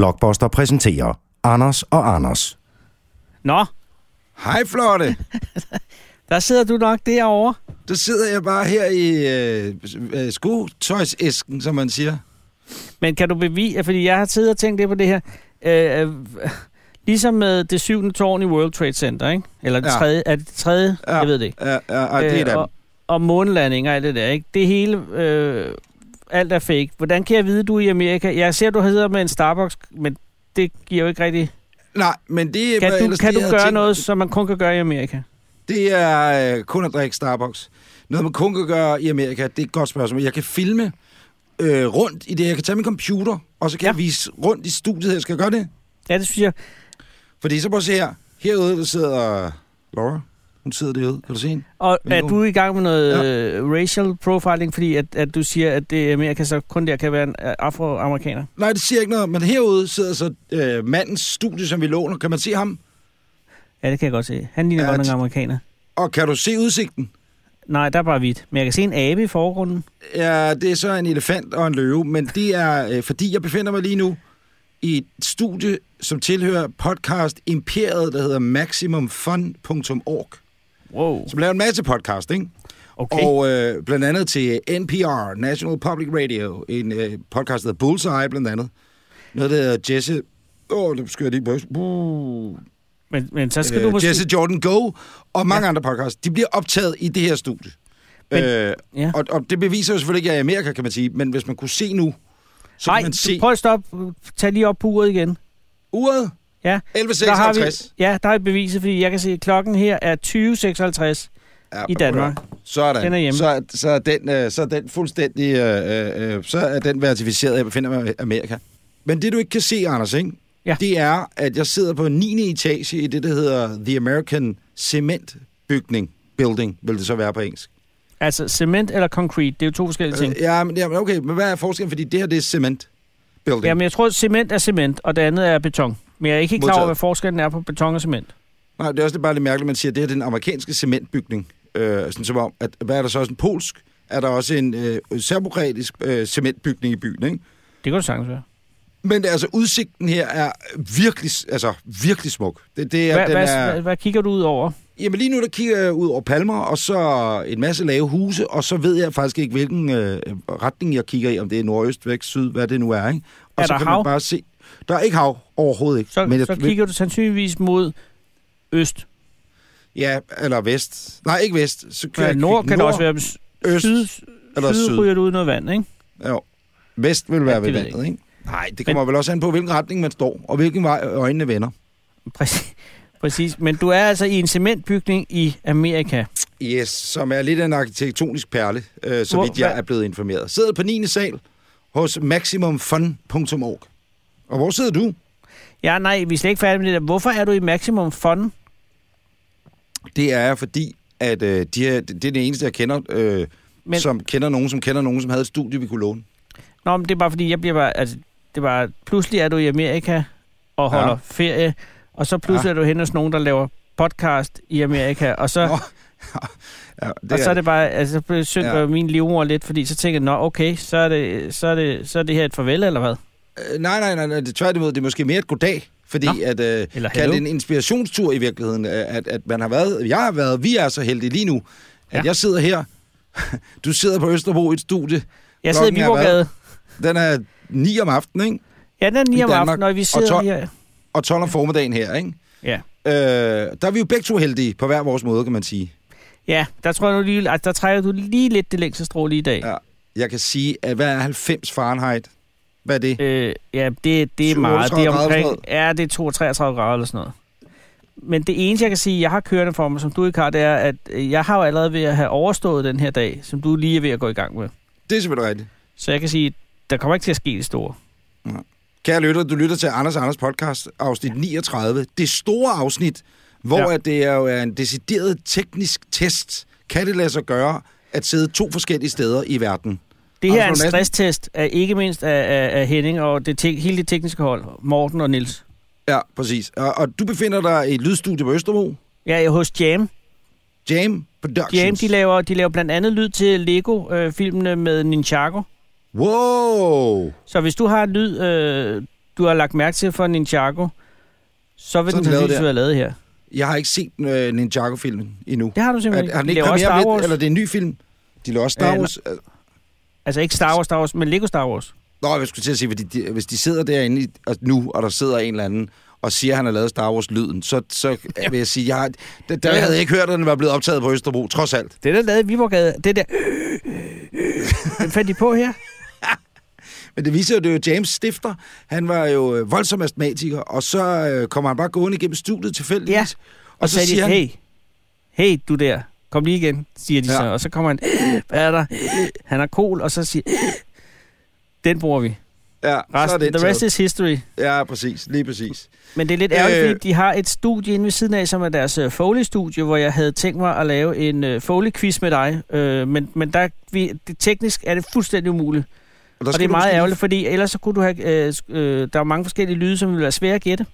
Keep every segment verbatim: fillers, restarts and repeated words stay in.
Blockbuster præsenterer Anders og Anders. Nå. Hej, Flotte. Der sidder du nok derovre. Der sidder jeg bare her i øh, øh, skotøjsæsken, som man siger. Men kan du bevise, fordi jeg har siddet og tænkt lidt på det her, øh, øh, ligesom med det syvende tårn i World Trade Center, ikke? Eller det ja. tredje, er det det tredje? Ja. Jeg ved det ikke. Ja, ja, ja det er øh, og, og månelanding og alt det der, ikke? Det hele, øh, alt er fake. Hvordan kan jeg vide, du er i Amerika? Jeg ser, du hedder med en Starbucks, men det giver jo ikke rigtig... Nej, men det... Kan du, kan det, du gøre tænkt, noget, som man kun kan gøre i Amerika? Det er øh, kun at drikke Starbucks. Noget, man kun kan gøre i Amerika, det er et godt spørgsmål. Jeg kan filme øh, rundt i det. Jeg kan tage min computer, og så kan ja. jeg vise rundt i studiet her. Skal jeg gøre det? Ja, det synes jeg. Fordi så prøv at se her. Herude, der sidder Laura. Hun sidder derude. Kan du se hende? Og Vindue. Er du i gang med noget ja. uh, racial profiling, fordi at, at du siger, at det Amerika så kun der kan være en afroamerikaner? Nej, det siger ikke noget. Men herude sidder så øh, mandens studie, som vi låner. Kan man se ham? Ja, det kan jeg godt se. Han ligner ja, godt en amerikaner. Og kan du se udsigten? Nej, der er bare hvidt. Men jeg kan se en abe i forgrunden. Ja, det er så en elefant og en løve. Men det er, øh, fordi jeg befinder mig lige nu i et studie, som tilhører podcast imperiet, der hedder maximum fun punktum org. Wow. Som laver en masse podcast, ikke? Okay. Og øh, blandt andet til N P R, National Public Radio, en øh, podcast, der hedder Bullseye, blandt andet. Noget, der hedder Jesse... Åh, oh, det skal jeg lige på. Uh. Men, men så skal øh, du måske... Jesse Jordan Go og mange ja. andre podcasts. De bliver optaget i det her studie. Men, øh, ja. og, og det beviser jo selvfølgelig ikke, at jeg er i Amerika, kan man sige. Men hvis man kunne se nu, så Ej, kan man se... prøv at stoppe. Tag lige op på uret igen. Uret? Ja. elleve seksoghalvtreds. Ja, der er et beviset, fordi jeg kan se, at klokken her er tyve seksoghalvtreds ja, i Danmark. Sådan. Den er hjemme. Så, så, er den, øh, så er den fuldstændig... Øh, øh, så er den verificeret, at jeg befinder mig i Amerika. Men det, du ikke kan se, Anders, ikke? Ja. Det er, at jeg sidder på niende etage i det, der hedder The American Cement Bygning. Building, vil det så være på engelsk. Altså, cement eller concrete, det er jo to forskellige ting. Øh, ja, men, ja, okay, men hvad er forskellen? Fordi det her, det er cement building. Jamen, jeg tror, at cement er cement, og det andet er beton. Men jeg er ikke helt klar over, hvad forskellen er på beton og cement. Nej, det er også bare lidt mærkeligt, at man siger, at det her er den amerikanske cementbygning. Øh, sådan som om, at hvad er der så også en polsk? Er der også en øh, serbokretisk øh, cementbygning i byen, ikke? Det kan du sagtens være. Men altså, udsigten her er virkelig, altså, virkelig smuk. Det, det er, hvad, den hvad, er... hvad, hvad kigger du ud over? Jamen lige nu, der kigger jeg ud over palmer, og så en masse lave huse, og så ved jeg faktisk ikke, hvilken øh, retning jeg kigger i, om det er nordøst, væk, syd, hvad det nu er, ikke? Og er så der kan hav? Man bare se... Der er ikke hav, overhovedet ikke. Så, Men jeg, så kigger du sandsynligvis mod øst. Ja, eller vest. Nej, ikke vest. Så kan ja, jeg nord kan nord, det også være. Øst, syd, eller syd, syd. ryger du ud noget vand, ikke? Jo. Vest vil være ja, ved vandet, ikke? Nej, det kommer Men, vel også an på, hvilken retning man står, og hvilken vej øjnene vender. Præcis. Præcis. Men du er altså i en cementbygning i Amerika. Yes, som er lidt af en arkitektonisk perle, øh, så Hvor, vidt jeg hvad? er blevet informeret. Sidder på niende sal hos maximum fun punktum org. Og hvor sidder du? Ja, nej, vi er slet ikke færdige med det der. Hvorfor er du i Maximum Fun? Det er fordi, at øh, de er, det er det eneste, jeg kender, øh, men, som kender nogen, som kender nogen, som havde et studie, vi kunne låne. Nå, men det er bare fordi, jeg bliver bare... Altså, det var pludselig er du i Amerika og holder ja. ferie, og så pludselig ja. er du hen hos nogen, der laver podcast i Amerika, og så... Nå. Ja, det og så er er det bare... Altså, så blev synd ja. min livmor lidt, fordi så tænker jeg, nå, okay, så er det, så er det, så er det her et farvel, eller hvad? Øh, nej, nej, nej, nej, det er tværtimod, det er måske mere et goddag. Fordi Nå. at øh, kalde en inspirationstur i virkeligheden, at, at man har været, jeg har været, vi er så heldige lige nu, at ja. jeg sidder her, du sidder på Østerbro i et studie. Jeg sidder i Viborggade. Den er ni om aftenen, ikke? Ja, den er ni om aftenen, når vi sidder og tolv, her. Og tolv om formiddagen her, ikke? Ja. Øh, der er vi jo begge to heldige på hver vores måde, kan man sige. Ja, der tror jeg nu lige, altså, der trækker du lige lidt det længste strå lige i dag. Ja. Jeg kan sige, at hvad er halvfems Fahrenheit? Hvad er det? Øh, ja, det, det er meget. Det er omkring, ja, det er toogtredive treogtredive grader eller sådan noget. Men det eneste, jeg kan sige, jeg har kørende for mig, som du ikke har, det er, at jeg har jo allerede ved at have overstået den her dag, som du lige er ved at gå i gang med. Det er selvfølgelig rigtigt. Så jeg kan sige, der kommer ikke til at ske det store. Ja. Kære lytter, du lytter til Anders Anders podcast, afsnit niogtredive. Det store afsnit, hvor ja. at det er jo er en decideret teknisk test. Kan det lade sig gøre at sidde to forskellige steder i verden? Det her er en stresstest af ikke mindst af, af, af Henning og det te- hele det tekniske hold, Morten og Niels. Ja, præcis. Og, og du befinder dig i et lydstudie på Østerbro? Ja, jeg er hos Jam. Jam Productions? Jam, de laver, de laver blandt andet lyd til Lego-filmene med Ninjago. Wow! Så hvis du har en lyd, øh, du har lagt mærke til for Ninjago, så vil så den sandsynligvis være lavet her. Jeg har ikke set uh, Ninjago-filmen endnu. Det har du simpelthen ikke. Har den ikke premiere med, eller det er en ny film? De laver også Star Wars. Øh, altså ikke Star Wars, Star Wars, men Lego Star Wars. Nå, jeg skulle til at sige, fordi de, hvis de sidder derinde nu, og der sidder en eller anden, og siger, at han har lavet Star Wars-lyden, så, så vil jeg sige, jeg har, der, der havde jeg ikke hørt, at den var blevet optaget på Østerbro, trods alt. Det der lavede i Viborggade, det der... Den fandt de på her. Men det viser jo, det er jo James Stifter. Han var jo voldsom astmatiker, og så øh, kommer han bare gående igennem studiet tilfældigvis. Ja, og, og så, så siger de, hey, hey, du der, kom lige igen, siger de ja. så. Og så kommer han, hvad er der? Han har kol, og så siger den bruger vi. Ja, Resten, så er det the rest is history. Ja, præcis. Lige præcis. Men det er lidt ærgerligt, øh... fordi de har et studie inde ved siden af, som er deres uh, Foley-studie, hvor jeg havde tænkt mig at lave en uh, Foley-quiz med dig. Uh, men men der, vi, det, teknisk er det fuldstændig umuligt. Og, og det er meget måske... ærgerligt, fordi ellers så kunne du have... Uh, uh, der er mange forskellige lyde, som vil være svære at gætte.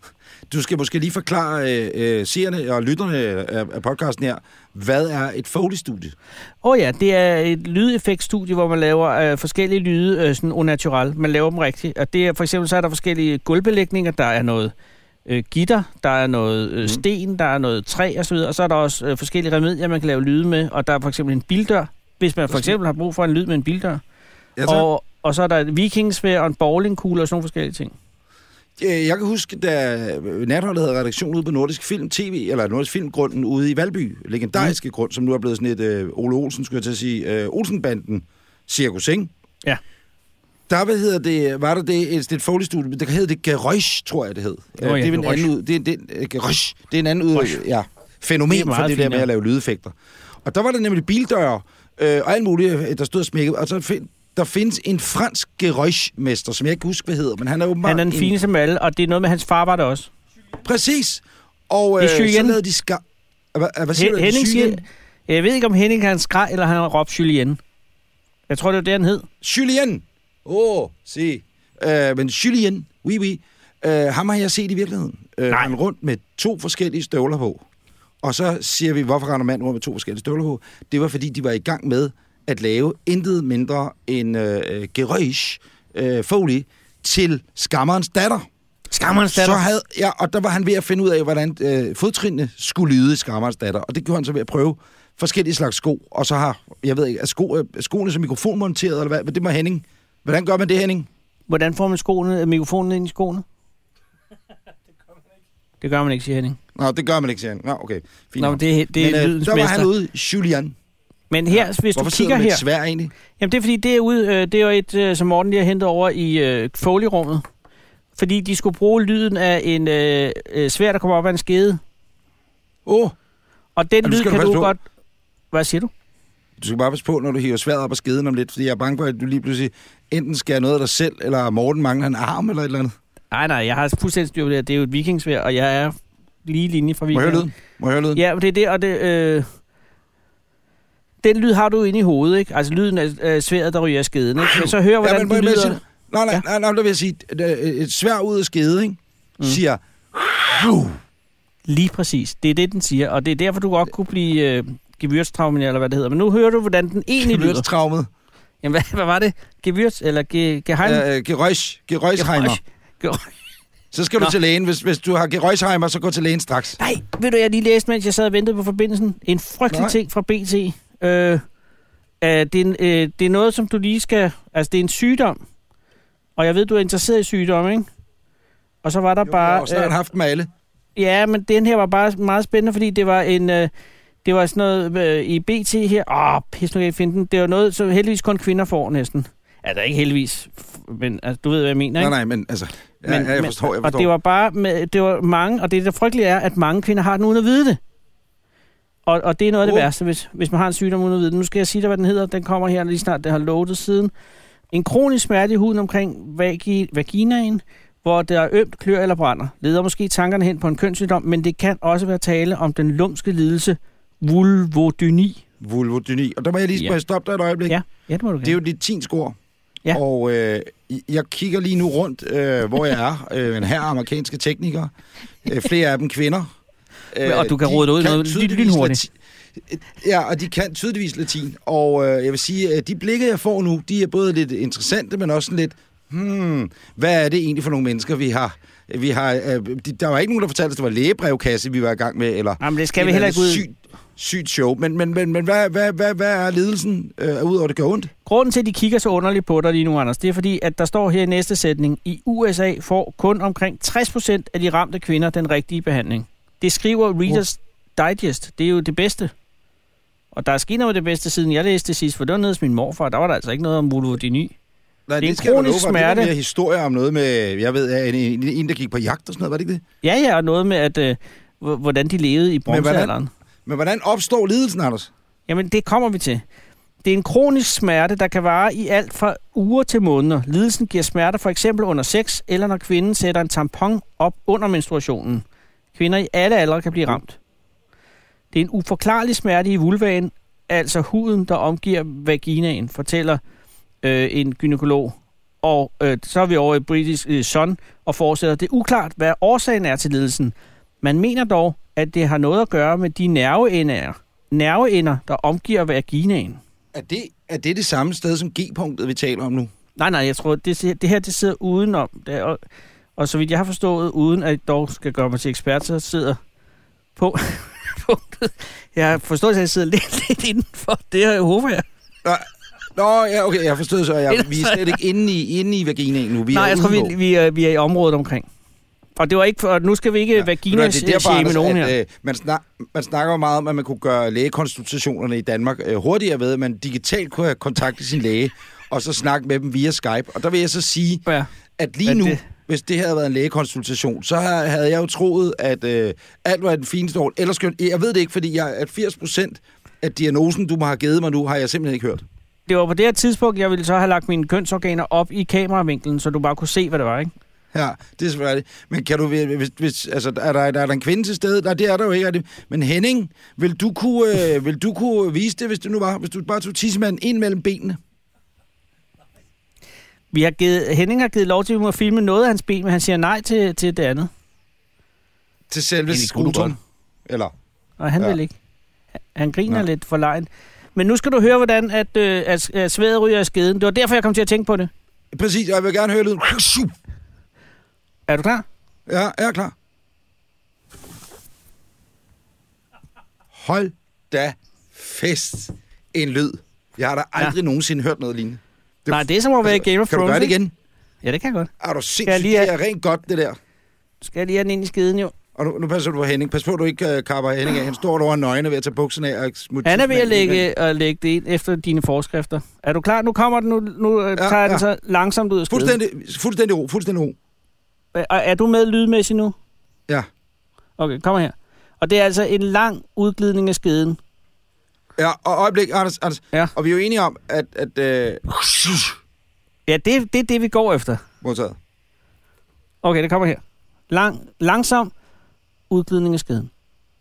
Du skal måske lige forklare øh, seerne og lytterne af, af podcasten her, hvad er et Foley-studie? Åh oh ja, det er et lydeffektstudie, hvor man laver øh, forskellige lyde øh, sådan unaturelle. Man laver dem rigtigt. Og det er, for eksempel så er der forskellige gulvbelægninger, der er noget øh, gitter, der er noget øh, sten, der er noget træ og så videre. Og så er der også øh, forskellige remedier, man kan lave lyde med. Og der er for eksempel en bildør, hvis man for eksempel har brug for en lyd med en bildør. Ja, og, og så er der et vikingsværd og en bowlingkugle og sådan nogle forskellige ting. Jeg kan huske, da Natholdet havde redaktion ude på Nordisk Film T V, eller Nordisk Filmgrunden ude i Valby, legendariske mm. grund, som nu er blevet sådan et øh, Ole Olsen, skulle jeg til at sige, øh, Olsenbanden cirkus, ikke? Ja. Der, hvad hedder det, var der det, et, et Foley-studie, der hedder det Geräusch, tror jeg, det hed. Oh, ja, det er en anden ud, det er, det, Geräusch, det er en anden ud, ja, fænomen det for det der med at lave lydeffekter. Og der var der nemlig bildøre, øh, og alt muligt, der stod og smækket, og så find, der findes en fransk Geräuschmester, som jeg ikke kan huske, hvad hedder, men han er åbenbart... Han er den en... fineste med alle, og det er noget med hans far var det også. Præcis. Og øh, så lavede de ska... Hvad, hvad siger H- du? Henning siger... Jeg ved ikke, om Henning han skreg, eller han har råbt Julien. Jeg tror, det var det, han hed. Julien! Åh, oh, se. Uh, men Julien, oui, oui. Uh, ham har jeg set i virkeligheden. Uh, han rundt med to forskellige støvler på. Og så siger vi, hvorfor render mand rundt med to forskellige støvler på? Det var, fordi de var i gang med at lave intet mindre end uh, Geräusch uh, Foley til Skammerens datter. Skammerens datter? Så havde, ja, og der var han ved at finde ud af, hvordan uh, fodtrinene skulle lyde i Skammerens datter. Og det gjorde han så ved at prøve forskellige slags sko. Og så har, jeg ved ikke, er, sko, er skoene så mikrofonmonteret, eller hvad? Det må Henning. Hvordan gør man det, Henning? Hvordan får man skoene, mikrofonen ind i skoene? Det gør man ikke, siger Henning. Nå, det gør man ikke, siger han. Nå, okay. Fint. Nå, men det, det er men, lydens der var mester. han ude, Julian. Men her, hvis Hvorfor du kigger her... Hvorfor svær egentlig? Jamen, det er fordi, det er, ude, øh, det er jo et, øh, som Morten lige har hentet over i øh, Foley-rummet. Fordi de skulle bruge lyden af en øh, øh, svær, der kommer op af en skede. Åh! Oh. Og den lyd kan du på. godt... Hvad siger du? Du skal bare passe på, når du hiver sværet op af skeden om lidt, fordi jeg er bange for, at du lige pludselig enten skærer noget af dig selv, eller Morten mangler en arm eller et eller andet. Nej, nej, jeg har fuldstændig styr på det. Det er jo et vikingsværd, og jeg er lige linje fra vikingen. Må jeg høre lyden? Må jeg høre lyden? Ja, det er det, og det... Øh, den lyd har du inde i hovedet, ikke? Altså lyden af øh, sværet, der ryger af skeden, ikke? Men så hør, hvordan ja, men, den lyder... Sige, nej, nej, ja. nej, nej, der vil jeg sige, et svær ud af skede, ikke? Mm. Siger... Lige præcis. Det er det, den siger, og det er derfor, du godt kunne blive... Øh, Gewürztraumen, eller hvad det hedder. Men nu hører du, hvordan den egentlig lyder. Gewürztraumet. Jamen, hvad, hvad var det? Gewürz, eller ge, geheim? Uh, Geräusch. Geräuschheimer. Så skal Nå. du til lægen. Hvis, hvis du har Geräuschheimer, så gå til lægen straks. Nej, ved du, jeg lige læste, mens jeg sad og ventede på forbindelsen. En frygtelig Nej. ting fra B T. Øh, uh, det, er, uh, det er noget, som du lige skal... Altså, det er en sygdom. Og jeg ved, du er interesseret i sygdom, ikke? Og så var der jo, bare... Jeg har snart uh, haft dem alle. Ja, men den her var bare meget spændende, fordi det var en... Uh, Det var sådan noget øh, i B T her. Åh, pis, nu kan jeg finde den. Det var noget, som heldigvis kun kvinder får næsten. Altså ikke heldigvis, men altså, du ved, hvad jeg mener, ikke? Nej, nej, men altså... Ja, men, ja, jeg forstår, jeg forstår. Og det var bare... Med, det var mange, og det der frygtelige er, at mange kvinder har den uden at vide det. Og, og det er noget af det oh. værste, hvis, hvis man har en sygdom uden at vide det. Nu skal jeg sige dig, hvad den hedder. Den kommer her lige snart. Det har loadet siden. En kronisk smerte i huden omkring vagi, vaginaen, hvor der er ømt, klør eller brænder. Leder måske tankerne hen på en kønssygdom, men det kan også være tale om den lumske lidelse vulvodyni. Vulvodyni. Og der må jeg lige ja. stoppe dig et øjeblik. Ja, ja det må du gerne. Det er jo dit tienskor. Ja. Og øh, jeg kigger lige nu rundt, øh, hvor jeg er. Øh, en her amerikanske teknikere. Øh, flere af dem kvinder. Øh, og du kan råde ud noget lidt lynhurtigt. Ja, og de kan tydeligvis latin. Og øh, jeg vil sige, at de blikke, jeg får nu, de er både lidt interessante, men også lidt Hmm, hvad er det egentlig for nogle mennesker, vi har? Vi har øh, der var ikke nogen, der fortalte os, at det var lægebrevkasse, vi var i gang med, eller... Jamen, det skal vi heller ikke ud... Sygt, sygt show. Men, men, men, men hvad, hvad, hvad, hvad er ledelsen, øh, udover det gør ondt? Grunden til, at de kigger så underligt på dig lige nu, Anders, det er fordi, at der står her i næste sætning, i U S A får kun omkring tres procent af de ramte kvinder den rigtige behandling. Det skriver Reader's Digest. Det er jo det bedste. Og der er sket noget med det bedste, siden jeg læste det sidst, for det var nede hos min morfar. Der var der altså ikke noget om vulvodyny. Nej, det er det en kronisk smerte. Det er historier om noget med, jeg ved, en, en, en, der gik på jagt og sådan noget, var det ikke det? Ja, ja, og noget med, at, øh, hvordan de levede i bronzealderen. Men, men hvordan opstår lidelsen, Anders? Jamen, det kommer vi til. Det er en kronisk smerte, der kan vare i alt fra uger til måneder. Lidelsen giver smerter for eksempel under sex, eller når kvinden sætter en tampon op under menstruationen. Kvinder i alle aldre kan blive ramt. Det er en uforklarlig smerte i vulvaen, altså huden, der omgiver vaginaen, fortæller øh, en gynekolog. Og øh, så er vi over i British øh, Sun og fortsætter. Det er uklart, hvad årsagen er til lidelsen. Man mener dog, at det har noget at gøre med de nerveender, nerveender der omgiver vaginaen. Er det, er det det samme sted som G-punktet, vi taler om nu? Nej, nej, jeg tror, det, det her det sidder udenom. Det, og, og så vidt jeg har forstået, uden at jeg dog skal gøre mig til ekspert, så sidder på punktet. Jeg har forstået, at jeg sidder lidt, lidt indenfor. Det her, jeg håber jeg. Nej. Nå, ja, okay, jeg forstod så. Jeg, vi er slet ikke inde i, inde i vaginaen nu. Vi nej, er jeg tror, vi, vi, er, vi er i området omkring. Og det var ikke for, nu skal vi ikke ja, vagina-shame nogen her. Øh, man, snak, man snakker jo meget om, at man kunne gøre lægekonsultationerne i Danmark øh, hurtigere ved, at man digitalt kunne have kontaktet sin læge, og så snakke med dem via Skype. Og der vil jeg så sige, ja. at lige nu, det? hvis det havde været en lægekonsultation, så havde jeg jo troet, at øh, alt var den fineste år. Ellers, jeg ved det ikke, fordi jeg, at firs procent af diagnosen, du må have givet mig nu, har jeg simpelthen ikke hørt. Det var på det her tidspunkt, jeg ville så have lagt mine kønsorganer op i kameravinklen, så du bare kunne se, hvad det var, ikke? Ja, det er selvfølgelig. Men kan du, hvis, hvis, altså, er der, er der en kvinde til stede? Nej, det er der jo ikke. Men Henning, vil du kunne, øh, vil du kunne vise det, hvis det nu var, hvis du bare tog tissemanden ind mellem benene? Vi har givet, Henning har givet lov til, at vi må filme noget af hans ben, men han siger nej til, til det andet. Til selve skrutum? Eller? Og han ja. vil ikke. Han griner ja. lidt for lejen. Men nu skal du høre, hvordan at, øh, at, at sværet ryger i skeden. Det var derfor, jeg kom til at tænke på det. Præcis, jeg vil gerne høre lyden. Er du klar? Ja, jeg er klar. Hold da fest en lyd. Jeg har da aldrig ja. nogensinde hørt noget lignende. Det, Nej, det er som at være altså, Game of Thrones. Kan du gøre det igen? Ja, det kan jeg godt. Er du sindssygt? Lige have... Det er rent godt, det der. Skal jeg lige have den ind i skeden, jo? Og nu, nu passer du på Henning. Pas på, at du ikke uh, kapper Henning af. Han står over nøgne ved at tage bukserne af og smutte. Han er ved at lægge, at lægge det ind efter dine forskrifter. Er du klar? Nu kommer den. Nu, nu ja, tager ja. den så langsomt ud af skeden. Fuldstændig, fuldstændig ro. Fuldstændig ro. Og er du med lydmæssigt nu? Ja. Okay, kom her. Og det er altså en lang udglidning af skeden. Ja, og øjeblik, Anders. Anders. Ja. Og vi er jo enige om, at... at øh... Ja, det, det er det, vi går efter. Modtaget. Okay, det kommer her. Lang, langsom udglidning af skeden.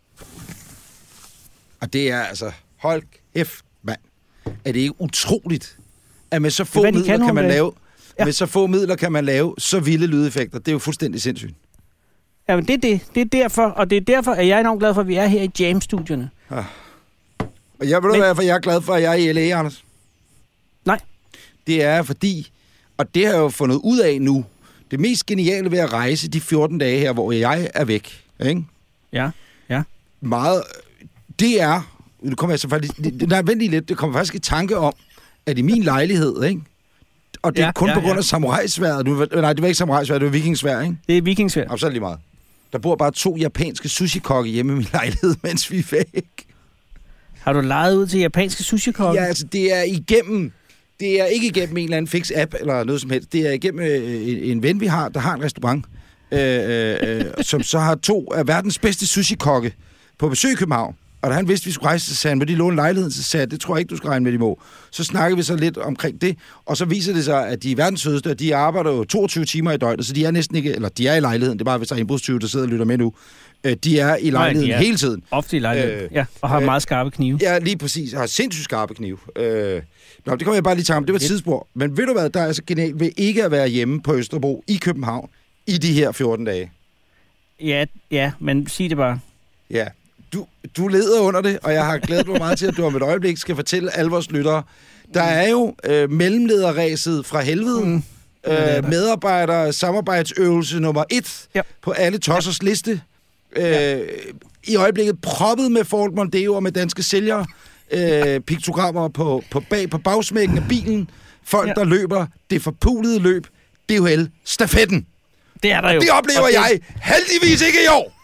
Og det er altså... Hold kæft, mand. Er det ikke utroligt, at med så få midler kan, kan man det? lave... Ja. Med så få midler kan man lave så vilde lydeffekter. Det er jo fuldstændig sindssygt. Jamen, det er det. Det er derfor, og det er derfor, at jeg er enormt glad for, at vi er her i Jam-studierne. Ah. Og jeg ved Men... hvorfor jeg er glad for, at jeg er i L A, Anders? Nej. Det er fordi, og det har jeg jo fundet ud af nu, det mest geniale ved at rejse de fjorten dage her, hvor jeg er væk, ikke? Ja, ja. Meget, det er, det kommer jeg så faktisk, nej, vent lige lidt, det kommer faktisk i tanke om, at i min lejlighed, ikke? Og det er ja, kun ja, på grund af ja. samurajsværet. Nej, det var ikke samurajsværet, det var vikingsværd, ikke? Det er vikingsværd. Absolut lige meget. Der bor bare to japanske sushi-kokke hjemme i min lejlighed, mens vi er væk. Har du lejet ud til japanske sushi-kokke? Ja, altså det er igennem... Det er ikke igennem en eller anden fix app eller noget som helst. Det er igennem øh, en, en ven, vi har, der har en restaurant, øh, øh, som så har to af verdens bedste sushi-kokke på besøg i København. Og da han vidste, at vi skulle rejse, så sagde han, vil de låne lejligheden? Så sagde jeg, det tror jeg ikke, du skal regne med, de må. Så snakkede vi så lidt omkring det, og så viser det sig, at de er verdens sødeste, de arbejder jo toogtyve timer i døgnet, så de er næsten ikke, eller de er i lejligheden, det er bare, hvis der er indbrudstyve, der sidder og lytter med nu. De er i lejligheden Nej, er hele tiden. Ofte i lejligheden, øh, ja, og har øh, meget skarpe knive. Ja, lige præcis, og har sindssygt skarpe knive. Øh, nå, det kommer jeg bare lige tage om, det var et tidsspor. Men ved du hvad, der er så genialt ved ikke at være hjemme på Østerbro i København i de her fjorten dage? Ja, ja, men sig det bare. Ja. Du, du leder under det, og jeg har glædet mig meget til, at du om et øjeblik skal fortælle alle vores lyttere. Der er jo øh, mellemlederræset fra helvede, mm. Øh, medarbejder samarbejdsøvelse nummer et ja. på alle tossers ja. liste. Øh, ja. I øjeblikket proppet med Ford Mondeo og med danske sælgere. Øh, piktogrammer på, på bag på bagsmækken af bilen. Folk, ja. der løber det forpulede løb. D H L-stafetten. Det er der jo. Det oplever det... jeg heldigvis ikke i år.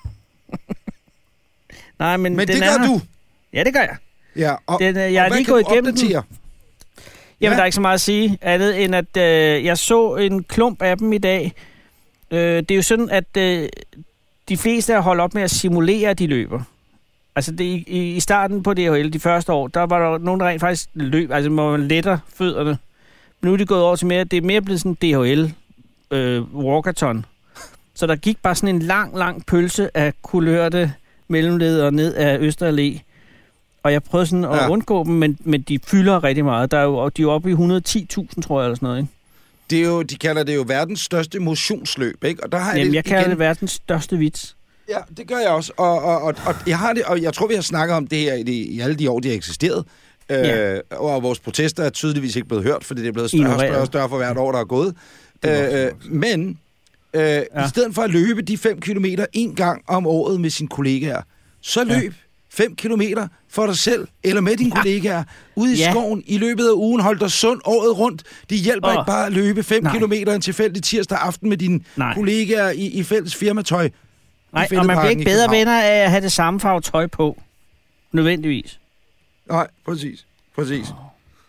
Nej, men, men den det er gør her. du. Ja, det gør jeg. Ja, og, den, jeg og er lige gået igennem den. Jamen, ja. der er ikke så meget at sige, andet end at øh, jeg så en klump af dem i dag. Øh, det er jo sådan, at øh, de fleste har holdt op med at simulere, at de løber. Altså, det, i, i starten på D H L, de første år, der var der nogen, der rent faktisk løb, altså hvor man letter fødderne. Men nu er de gået over til mere, det er mere blevet sådan D H L øh, walkathon. Så der gik bare sådan en lang, lang pølse af kulørte mellemledere ned af Østerallé. Og jeg prøvede sådan at ja. undgå dem, men, men de fylder rigtig meget. Der er jo, de er jo oppe i et hundrede og ti tusind, tror jeg, eller sådan noget, ikke? Det er jo, de kalder det jo verdens største motionsløb, ikke? Og der har jeg Jamen, det jeg kalder igen. det verdens største vits. Ja, det gør jeg også. Og, og, og, og jeg har det, og jeg tror, vi har snakket om det her i, de, i alle de år, de har eksisteret. Ja. Øh, og vores protester er tydeligvis ikke blevet hørt, fordi det er blevet større og større, og større for hvert år, der er gået. Øh, men øh, ja. i stedet for at løbe de fem kilometer en gang om året med sine kollegaer, så løb ja. fem kilometer for dig selv, eller med dine ja. kollegaer, ude i ja. skoven, i løbet af ugen, hold dig sund året rundt. Det hjælper oh. ikke bare at løbe fem kilometer en tilfældig tirsdag aften med dine Nej. kollegaer i, i fælles firmatøj. Nej, og man bliver ikke bedre venner af at have det samme farve tøj på. Nødvendigvis. Nej, præcis. Præcis. Oh.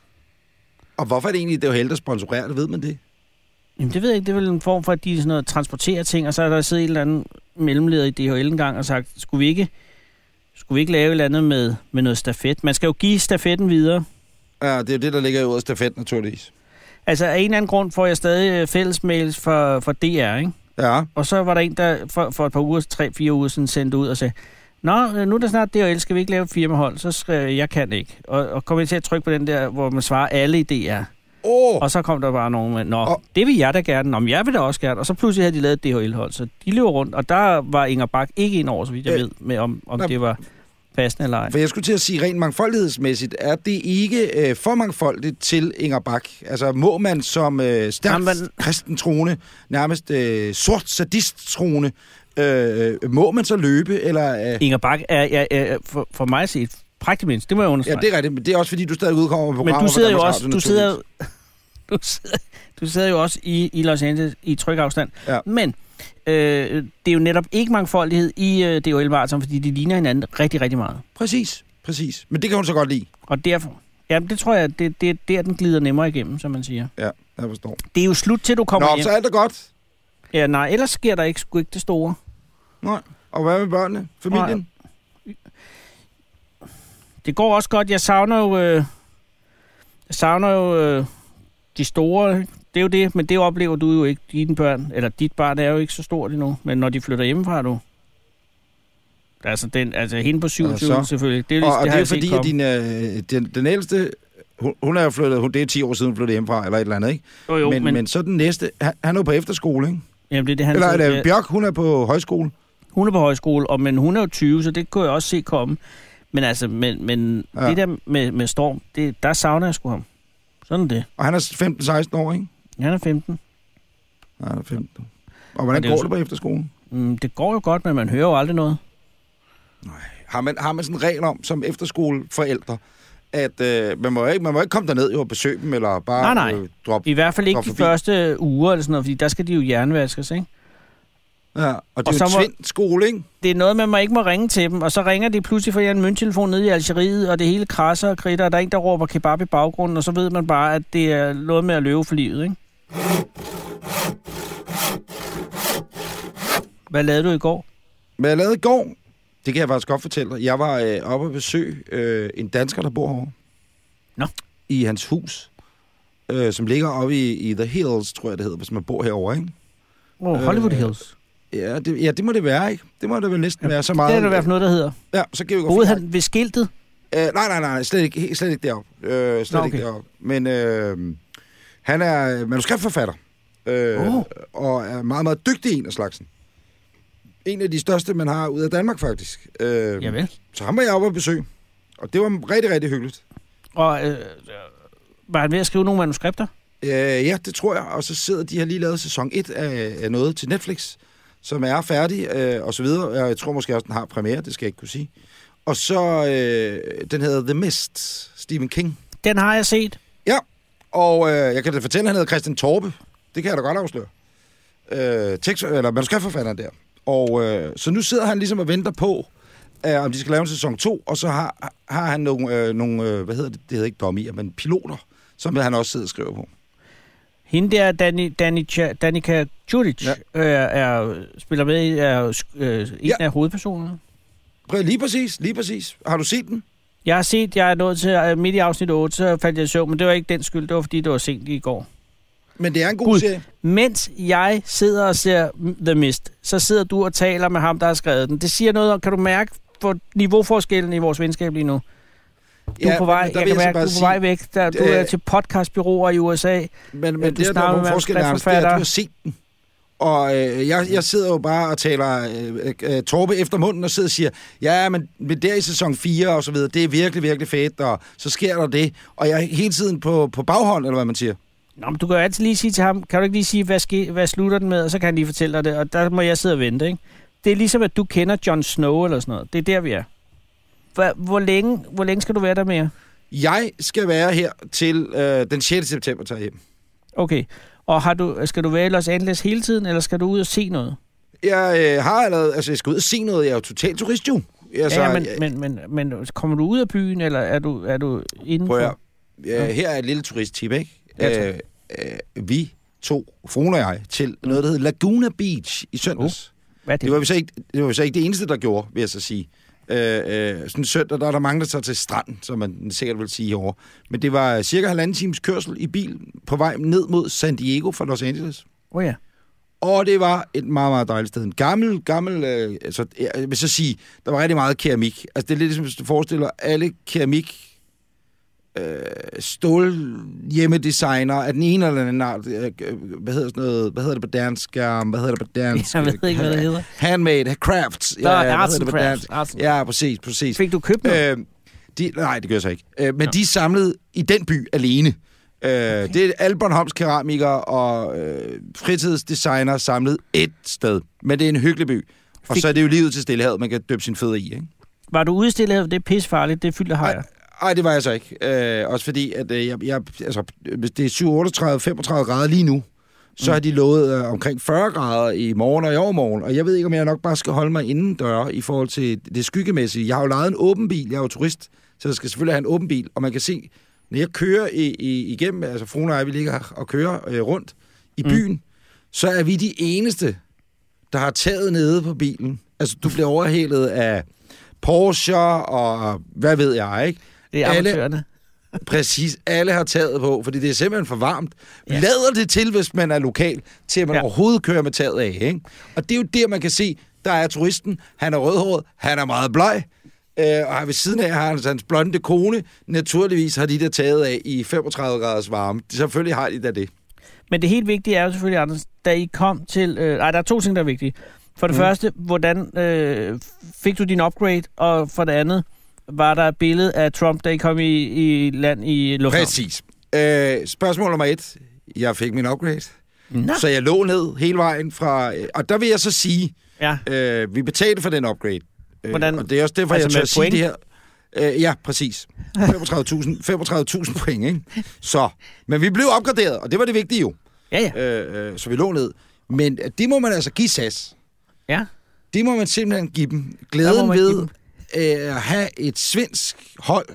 Og hvorfor er det egentlig, det er jo heldigt at sponsorere det? Ved man det? Jamen, det ved jeg ikke. Det er vel en form for, at de sådan noget, transporterer ting, og så er der siddet en eller anden mellemleder i D H L en gang og sagt, skulle vi ikke, skulle vi ikke lave et eller andet med, med noget stafet? Man skal jo give stafetten videre. Ja, det er jo det, der ligger i ordet stafet, naturligvis. Altså, af en eller anden grund får jeg stadig fællesmails for, for D R, ikke? Ja. Og så var der en, der for, for et par uger, tre, fire uger siden, sendte ud og sagde, nå, nu er der snart D H L, skal vi ikke lave et firmahold? Så skrev jeg, jeg kan ikke. Og, og kom jeg til at trykke på den der, hvor man svarer alle i D R. Oh. Og så kom der bare nogen med, nå, oh. det vil jeg da gerne. Nå, men jeg vil da også gerne. Og så pludselig havde de lavet et D H L-hold. Så de løber rundt, og der var Inger Bach ikke ind over, så vidt jeg ved, med om, om det var passende eller ej. For jeg skulle til at sige, rent mangfoldighedsmæssigt, er det ikke øh, for mangfoldigt til Inger Bach? Altså, må man som øh, stærkt Jamen, kristen troende, nærmest øh, sort sadist-troende, øh, må man så løbe, eller... Øh... Inger Bach er, er, er for, for mig at sige et prægtigt mindst, det må jeg understrege. Ja, det er rigtigt, men det er også fordi, du stadig udkommer på programmer. Men du sidder jo også, du sidder, du sidder, du sidder jo også i, i Los Angeles i tryg afstand. Ja. Men øh, det er jo netop ikke mangfoldighed i øh, D H L-marathon, fordi de ligner hinanden rigtig, rigtig meget. Præcis, præcis. Men det kan hun så godt lide. Og derfor, ja, det tror jeg, det, det er der, den glider nemmere igennem, som man siger. Ja, jeg forstår. Det er jo slut til, du kommer Nå, hjem. Nå, så er det godt. Ja, nej, ellers sker der ikke, sgu ikke det store. Nej, og hvad med børnene? Familien? Nej. Det går også godt. Jeg savner jo, øh, jeg savner jo øh, de store. Det er jo det, men det oplever du jo ikke. Dine børn, eller dit barn er jo ikke så stort endnu. Men når de flytter hjemmefra, du... Altså, den, altså hende på syvogtyve ja, selvfølgelig. Det er, og, det og har det er fordi, at din, øh, den, den ældste... Hun, hun er jo flyttet... Hun, det er ti år siden, hun flyttede hjemmefra, eller et eller andet, ikke? Jo, jo, men, men, men så den næste... Han, han er jo på efterskole, ikke? Jamen, det er det, han... Eller er det Bjørk, hun er på højskole? Hun er på højskole, og, men hun er jo tyve, så det kunne jeg også se komme. Men altså, men, men ja. det der med, med Storm, det, der savner jeg sgu ham. Sådan det. Og han er femten seksten år, ikke? Han er femten. Ja, han er femten. Og hvordan og det går det på efterskolen? Mm, det går jo godt, men man hører jo aldrig noget. Nej. Har man, har man sådan en regel om, som efterskoleforældre, at øh, man, må ikke, man må ikke komme derned og besøge dem, eller bare nej, nej. Øh, droppe I hvert fald ikke de forbi. første uger, eller sådan noget, fordi der skal de jo hjernvaskes, ikke? Ja, og det og er jo en tvind skole, ikke? Det er noget, man må ikke må ringe til dem, og så ringer de pludselig for en mønttelefon nede i Algeriet, og det hele krasser og kritter, og der er en, der råber kebab i baggrunden, og så ved man bare, at det er noget med at løbe for livet, ikke? Hvad lavede du i går? Hvad jeg lavede i går? Det kan jeg faktisk godt fortælle dig. Jeg var øh, oppe og besøge øh, en dansker, der bor herovre. Nå. I hans hus, øh, som ligger oppe i, i The Hills, tror jeg det hedder, hvis man bor herovre, ikke? Åh, oh, Hollywood øh, Hills. Ja det, ja, det må det være, ikke? Det må det vel næsten ja, være så meget. Det er der i hvert fald noget, der hedder. Ja, så kan vi gå. Boede han ved skiltet? Øh, nej, nej, nej, slet ikke, slet ikke deroppe. Øh, slet Nå, okay. ikke deroppe. Men øh, han er manuskriptforfatter. Øh, oh. Og er meget, meget dygtig en af slagsen. En af de største, man har ud af Danmark, faktisk. Øh, Javel. Så ham var jeg oppe og besøge. Og det var rigtig, rigtig hyggeligt. Og øh, var han ved at skrive nogle manuskripter? Øh, ja, det tror jeg. Og så sidder de har lige lavet sæson et af, af noget til Netflix, som er færdig, øh, og så videre. Jeg tror måske også, den har premiere, det skal jeg ikke kunne sige. Og så, øh, den hedder The Mist, Stephen King. Den har jeg set. Ja, og øh, jeg kan da fortælle, at han hedder Christian Torpe. Det kan jeg da godt afsløre. Øh, tekst, eller manuskriptforfatteren der. Og øh, så nu sidder han ligesom og venter på, øh, om de skal lave en sæson to, og så har, har han nogle, øh, nogle øh, hvad hedder det, det hedder ikke dummier, men piloter, som han også sidder og skriver på. Hende der, Dani, Danica, Danica Juric, ja. øh, er, spiller med i er, øh, en ja. af hovedpersonerne. Lige præcis, lige præcis. Har du set den? Jeg har set, jeg er nået til midt i afsnit otte, så faldt jeg i søvn, men det var ikke den skyld, det var fordi, det var sent i går. Men det er en god Gud. serie. Mens jeg sidder og ser The Mist, så sidder du og taler med ham, der har skrevet den. Det siger noget om, kan du mærke for niveauforskellen i vores venskab lige nu? Du er ja, på vej, jeg kan mærke, du er på vej væk. Der, du er til podcastbyråer i U S A. Men, men det er der nogle forskelle, Anders, det er, at du har set den. Og øh, jeg, jeg sidder jo bare og taler øh, øh, Torbe efter munden og sidder og siger, ja, men, men der i sæson fire og så videre, det er virkelig, virkelig fedt, og så sker der det. Og jeg er hele tiden på, på baghånd, eller hvad man siger. Nå, men du kan jo altid lige sige til ham, kan du ikke lige sige, hvad, ske, hvad slutter den med, og så kan han lige fortælle dig det, og der må jeg sidde og vente, ikke? Det er ligesom, at du kender Jon Snow eller sådan noget. Det er der, vi er. Hvor, hvor, længe, hvor længe skal du være der mere? Jeg skal være her til øh, den sjette september, tager hjem. Okay. Og har du, skal du være i Los Angeles hele tiden, eller skal du ud og se noget? Jeg øh, har allerede, altså jeg skal ud og se noget. Jeg er jo total turist, jo. Altså, ja, ja, men, jeg, men, men, men kommer du ud af byen, eller er du, er du indenfor? Prøv ja, her er et lille turisttip, ikke? Ja, øh, øh, vi to, Fruen og jeg, til noget, der hedder Laguna Beach i søndags. Uh, hvad er det? Det var vi så ikke det, var vi så ikke det eneste, der gjorde, vil jeg så sige. Øh, øh, sådan en søndag, der er der mange, der tager til stranden, som man sikkert vil sige over. Men det var cirka halvanden times kørsel i bil på vej ned mod San Diego fra Los Angeles. Oh ja. Og det var et meget, meget dejligt sted. En gammel, gammel, øh, altså, jeg vil så sige, der var rigtig meget keramik. Altså, det er lidt ligesom, hvis du forestiller alle keramik, øh, stål hjemmedesigner af den ene eller den anden, øh, hvad hedder sådan noget, hvad hedder det på dansk, hvad hedder det på dansk? Jeg ved ikke, hvad det hedder. Handmade, crafts. Nå, ja, arts and crafts. Arts. Ja, præcis, præcis. Fik du købt noget? Øh, de, nej, det gør jeg så ikke. Øh, men no. de er samlet i den by alene. Øh, okay. Det er alle Bornholms keramikere og øh, fritidsdesigner samlet et sted. Men det er en hyggelig by. Og Fik... så er det jo livet til Stillehavet, man kan døbe sin fødder i, ikke? Var du ude i Stillehavet? Det er pissefarligt, det er fyldt af hajer. Nej, det var jeg så ikke. Øh, også fordi, at øh, jeg, jeg, altså, hvis det er syv, otteogtredive, femogtredive grader lige nu, så mm. har de lovet øh, omkring fyrre grader i morgen og i overmorgen. Og jeg ved ikke, om jeg nok bare skal holde mig indendør i forhold til det skyggemæssige. Jeg har jo lejet en åben bil. Jeg er jo turist, så jeg skal selvfølgelig have en åben bil. Og man kan se, når jeg kører i, i, igennem, altså Fruen og jeg, vi ligger og kører øh, rundt i byen, mm. så er vi de eneste, der har taget nede på bilen. Altså, du bliver overhældet af Porsche og hvad ved jeg, ikke? Det er amatørerne. Præcis, alle har taget på, fordi det er simpelthen for varmt. Ja. Lader det til, hvis man er lokal, til at man ja. overhovedet kører med taget af, ikke? Og det er jo der, man kan se, der er turisten, han er rødhåret, han er meget bleg, øh, og ved siden af har han hans blonde kone. Naturligvis har de der taget af i femogtredive graders varme. Selvfølgelig har de da det. Men det helt vigtige er jo selvfølgelig, Anders, da I kom til... Øh, nej, der er to ting, der er vigtige. For det mm. første, hvordan øh, fik du din upgrade, og for det andet, var der et billede af Trump, da I kom i, i land i lufthavn? Præcis. Øh, spørgsmål nummer et. Jeg fik min upgrade. Nå. Så jeg lå ned hele vejen fra... Øh, og der vil jeg så sige, ja. øh, vi betalte for den upgrade. Hvordan? Øh, og det er også derfor, altså jeg tør sige det her. Øh, ja, præcis. femogtredive tusind point, ikke? Så. Men vi blev opgraderet, og det var det vigtige jo. Ja, ja. Øh, øh, så vi lå ned. Men det må man altså give S A S. Ja. Det må man simpelthen give dem. Glæden ved at have et svensk hold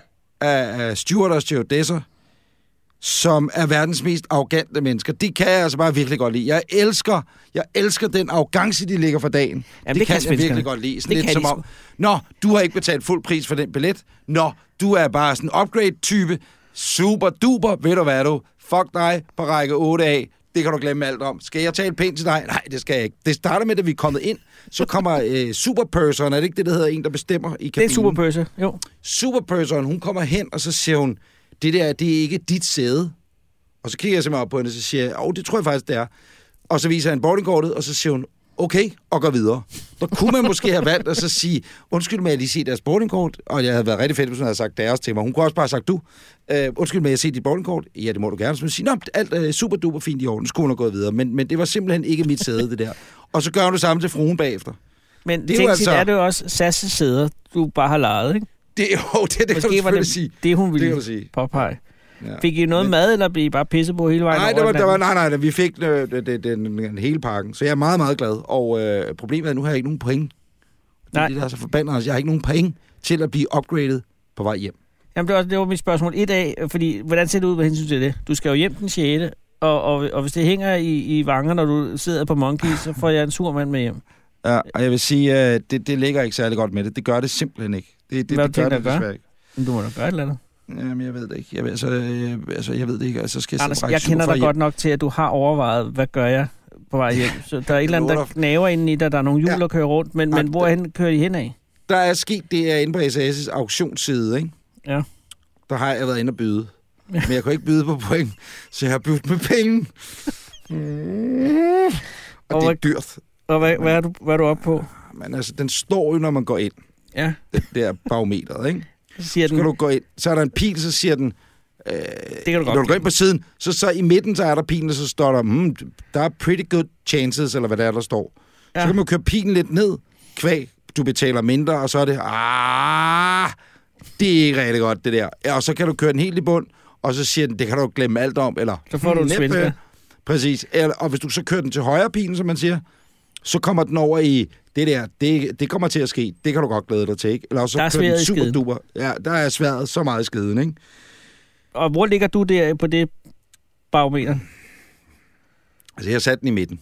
af stewarder og stewardesser, som er verdens mest arrogante mennesker. Det kan jeg altså bare virkelig godt lide. Jeg elsker, jeg elsker den arrogance, de ligger for dagen. Jamen, det, det kan jeg virkelig godt lide. Sådan det lidt som om, nå, du har ikke betalt fuld pris for den billet. Nå, du er bare sådan en upgrade-type. Super duper, ved du hvad du? Fuck dig på række otte A. Det kan du glemme alt om. Skal jeg tale pænt til dig? Nej, det skal jeg ikke. Det starter med, at vi er kommet ind. Så kommer øh, superpurseren, er det ikke det, der hedder en, der bestemmer i kabinen? Det er superpurser, jo. Superpurseren, hun kommer hen, og så siger hun, det der, det er ikke dit sæde. Og så kigger jeg simpelthen op på hende, og så siger jeg, åh, det tror jeg faktisk, det er. Og så viser han boardingkortet, og så siger hun, okay, og går videre. Der kunne man måske have valgt at så sige, undskyld mig, jeg lige se deres boardingkort, og jeg havde været rigtig fedt, hvis hun havde sagt deres til mig. Hun kunne også bare have sagt, du, øh, undskyld mig, jeg se dit boardingkort. Ja, det må du gerne. Så man sige, nå, alt er super duper fint i orden, så kunne hun have gået videre. Men, men det var simpelthen ikke mit sæde, det der. Og så gør hun det samme til fruen bagefter. Men det er, jo altså... er det jo også Sasses sæder, du bare har lejet, ikke? Det, jo, det, det kan du selvfølgelig det, sige. Det, hun ville det sige. påpege. Ja. Fik I noget men... mad, eller blev I bare pisset på hele vejen? Nej, det var, der var, nej, nej, vi fik øh, det, det, den, den hele pakken. Så jeg er meget, meget glad. Og øh, problemet er, at nu har jeg ikke nogen point. Det er det, der er så forbandet os. Jeg har ikke nogen point til at blive upgradet på vej hjem. Jamen, det var, det var mit spørgsmål. Et af, fordi hvordan ser det ud med hensyn til det? Du skal jo hjem den sjette, og, og, og hvis det hænger i, i vanger, når du sidder på Monkey, så får jeg en sur mand med hjem. Ja, og jeg vil sige, at det, det ligger ikke særlig godt med det. Det gør det simpelthen ikke. Det, det, Hvad det gør det desværre ikke. Men du må da gøre et eller andet. Jamen, jeg ved det ikke. Jeg ved, altså, jeg, altså, jeg ved det ikke. Altså, skal jeg Anders, jeg kender dig hjem. Godt nok til, at du har overvejet, hvad gør jeg på vej hjem. Så der er et eller andet, der knaver inde i dig. Der er nogle hjul, der ja. kører rundt. Men, men hvorhen kører de hen af? Der er sket det er inde på S A S' auktionsside, ikke? Ja. Der har jeg været inde og byde. Men jeg kunne ikke byde på point, så jeg har bydet med penge. Mm. Og, og det er dyrt. Og hvad, hvad, er du, hvad er du oppe på? Men altså, den står jo, når man går ind. Ja. Det der barometeret, ikke? Så siger så den... kan du gå ind. Så er der en pil, så siger den... Øh, det kan du godt. Når du går ind på siden, så, så i midten, så er der pilen, og så står der... Hmm, der er pretty good chances, eller hvad der er, der står. Ja. Så kan man køre pilen lidt ned, kvæg, du betaler mindre, og så er det... Ah, det er ikke rigtig godt, det der. Ja, og så kan du køre den helt i bund, og så siger den, det kan du glemme alt om, eller... Så får du en svensker. Præcis. Eller, og hvis du så kører den til højre pilen, som man siger, så kommer den over i det der, det, det kommer til at ske. Det kan du godt glæde dig til, ikke? Eller så der er kører den super skiden. duper. Ja, der er sværet så meget i skiden, ikke? Og hvor ligger du der på det barometer? Altså, jeg har sat den i midten.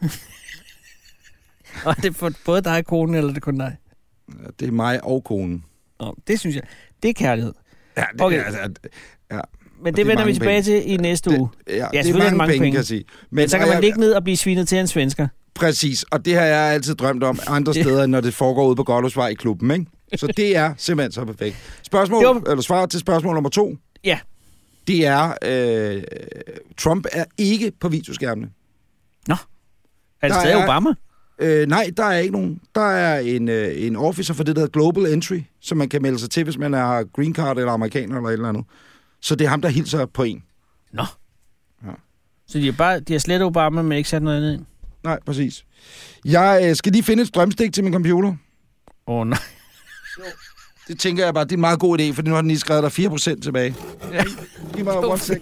Og er det for både dig og konen, eller er det kun dig? Ja, det er mig og konen. Oh, det synes jeg. Det er kærlighed. Ja, det, okay. altså, ja. Men det, det vender vi tilbage penge. til i næste det, uge. Ja, ja det er mange, mange penge, penge, kan jeg sige. Men, Men så kan man jeg, ligge ned og blive svinet til en svensker. Præcis, og det har jeg altid drømt om andre steder, end når det foregår ude på Goldhusvej i klubben, ikke? Så det er simpelthen så perfekt. Spørgsmål, var... eller svar til spørgsmål nummer to. Ja. Det er, øh, Trump er ikke på videoskærmene. Nå, er det stadig Obama? Øh, nej, der er ikke nogen. Der er en, øh, en officer for det, der hedder Global Entry, som man kan melde sig til, hvis man er green card eller amerikaner eller et eller andet. Så det er ham, der hilser på en. Nå. Ja. Så de har, bare, de har slet Obama, men ikke sat noget andet ind? Nej, præcis. Jeg øh, skal lige finde et strømstik til min computer. Åh, oh, nej. Det tænker jeg bare, det er en meget god idé, for nu har den lige skrevet der fire procent tilbage. Ja. Giv mig one sec.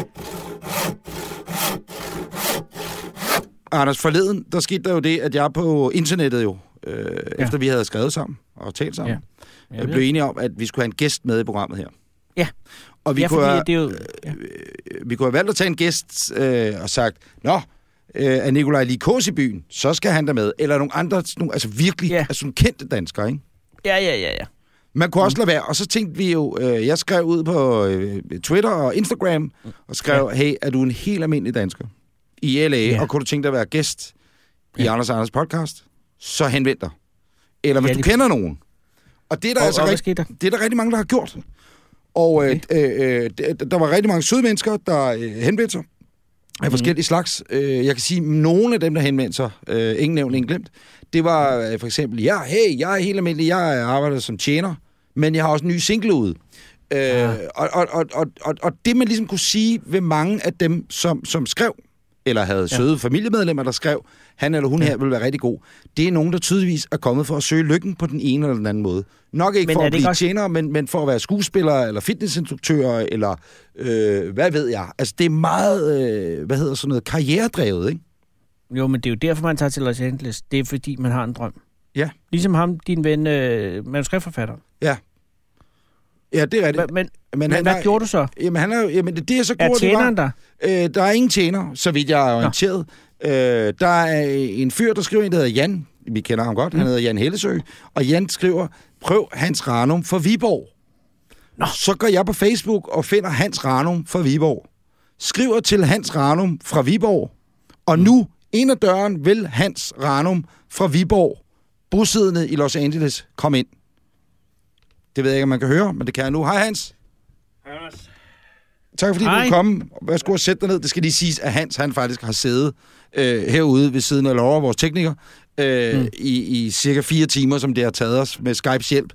Anders, forleden, der skete der jo det, at jeg på internettet jo, øh, ja. efter vi havde skrevet sammen og talt sammen, ja. blev enige om, at vi skulle have en gæst med i programmet her. Ja. Og vi, ja, kunne, have, det er jo, ja. øh, vi kunne have valgt at tage en gæst øh, og sagt, nå, øh, er Nikolaj lige kås i byen, så skal han der med. Eller nogle andre, nogle, altså virkelig ja. altså nogle kendte danskere, ikke? Ja, ja, ja, ja. Man kunne også lade være, og så tænkte vi jo, øh, jeg skrev ud på øh, Twitter og Instagram, og skrev, ja. hey, er du en helt almindelig dansker i L A, ja. og kunne du tænke dig at være gæst ja. i Anders Anders podcast, så henvend dig. Eller hvis ja, du kender nogen. Og det er der, og, altså og rigt, der? Det er der rigtig mange, der har gjort. Og okay. øh, øh, der var rigtig mange søde mennesker, der øh, henvendte sig af forskellige mm. slags. Øh, jeg kan sige, at nogle af dem, der henvendte sig, øh, ingen nævnt, ingen glemt, det var øh, for eksempel, ja, hey, jeg er helt almindelig, jeg arbejder som tjener, men jeg har også en ny single ude. Øh, ah. og, og, og, og, og, og det, man ligesom kunne sige ved mange af dem, som, som skrev, eller havde ja. søde familiemedlemmer, der skrev, han eller hun ja. her vil være rigtig god, det er nogen, der tydeligvis er kommet for at søge lykken på den ene eller den anden måde. Nok ikke men for at blive også... tjenere, men, men for at være skuespillere, eller fitnessinstruktører, eller øh, hvad ved jeg. Altså, det er meget, øh, hvad hedder sådan noget, karrieredrevet, ikke? Jo, men det er jo derfor, man tager til Los Angeles. Det er fordi, man har en drøm. Ja. Ligesom ham, din ven, øh, manuskriptforfatter. Ja. Ja, det er rigtigt. Men, men, men hvad er, gjorde du så? Jamen, han er, jamen det, det er så er tjeneren der? Øh, der er ingen tjener, så vidt jeg er orienteret. Øh, der er en fyr, der skriver en, der hedder Jan. Vi kender ham godt. Mm. Han hedder Jan Hellesø. Og Jan skriver, prøv Hans Ranum for Viborg. Nå. Så går jeg på Facebook og finder Hans Ranum fra Viborg. Skriver til Hans Ranum fra Viborg. Og nu, ind ad døren, vil Hans Ranum fra Viborg, bosiddende i Los Angeles, komme ind. Det ved jeg ikke, om man kan høre, men det kan jeg nu. Hej, Hans. Hej, Anders. Tak fordi Hej. du kom. Værsgo at sætte dig ned. Det skal lige siges, at Hans han faktisk har siddet øh, herude ved siden af Laura, vores tekniker, øh, mm. i, i cirka fire timer, som det har taget os med Skypes hjælp,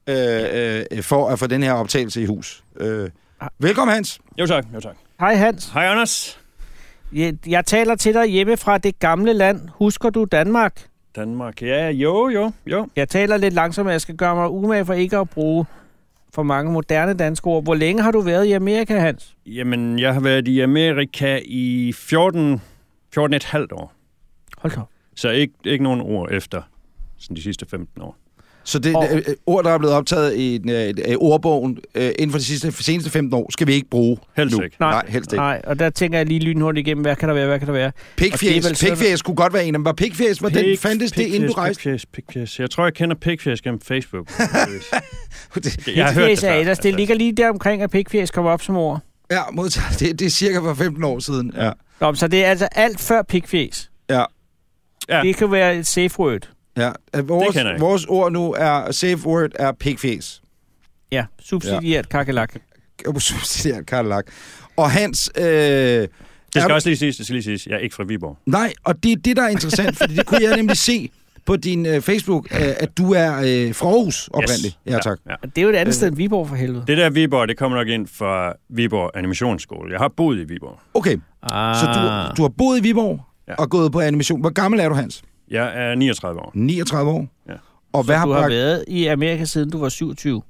øh, øh, for at få den her optagelse i hus. Øh, velkommen, Hans. Jo tak, jo tak. Hej Hans. Hej Anders. Jeg, jeg taler til dig hjemme fra det gamle land. Husker du Danmark? Danmark, ja, jo, jo, jo. Jeg taler lidt langsomt, og jeg skal gøre mig umage for ikke at bruge for mange moderne danske ord. Hvor længe har du været i Amerika, Hans? Jamen, jeg har været i Amerika i fjorten, fjorten et halvt år. Hold da. Så ikke, ikke nogen ord efter sådan de sidste femten år. Så det Og- øh, ord, der er blevet optaget i en, øh, øh, ordbogen øh, inden for de sidste, seneste femten år, skal vi ikke bruge Helst nu. ikke. Nej, Nej, helst ikke. Nej, og der tænker jeg lige lynhurtigt igennem, hvad kan der være, hvad kan der være? Og det er Pigfjæs. vel sådan- Pigfjæs kunne godt være en af dem. Var pigfjæs, var den fandtes det, inden du rejste? Pigfjæs, pigfjæs. Jeg tror, jeg kender pigfjæs gennem Facebook. Det- Jeg har hørt det Pigfjæs er før, ellers, det altså. ligger lige der omkring, at pigfjæs kommer op som ord. Ja, modtaget. Det, det er cirka for femten år siden. Ja. Nå, så det er altså alt før pigfjæs. Ja. Ja. Det kan være et safe word. Ja. At vores, kender jeg. vores ord nu er, safe word er pigfjæs. Ja, subsidieret ja. kakelak. Subsidieret Cadillac. Og Hans... Øh, Det skal er- også lige siges, det skal lige siges. Jeg er ikke fra Viborg. Nej, og det er det, der er interessant, fordi det kunne jeg nemlig se på din øh, Facebook, øh, at du er øh, fra Aarhus oprindeligt. Ja, tak. Ja, ja. Og det er jo et andet sted end Viborg for helvede. Det der Viborg, det kommer nok ind fra Viborg Animationsskole. Jeg har boet i Viborg. Okay, Ah. så du, du har boet i Viborg Ja. og gået på animation. Hvor gammel er du, Hans? Jeg er niogtredive år. niogtredive år? Ja. Og hvad Så har du har bragt... været i Amerika siden du var syvogtyve.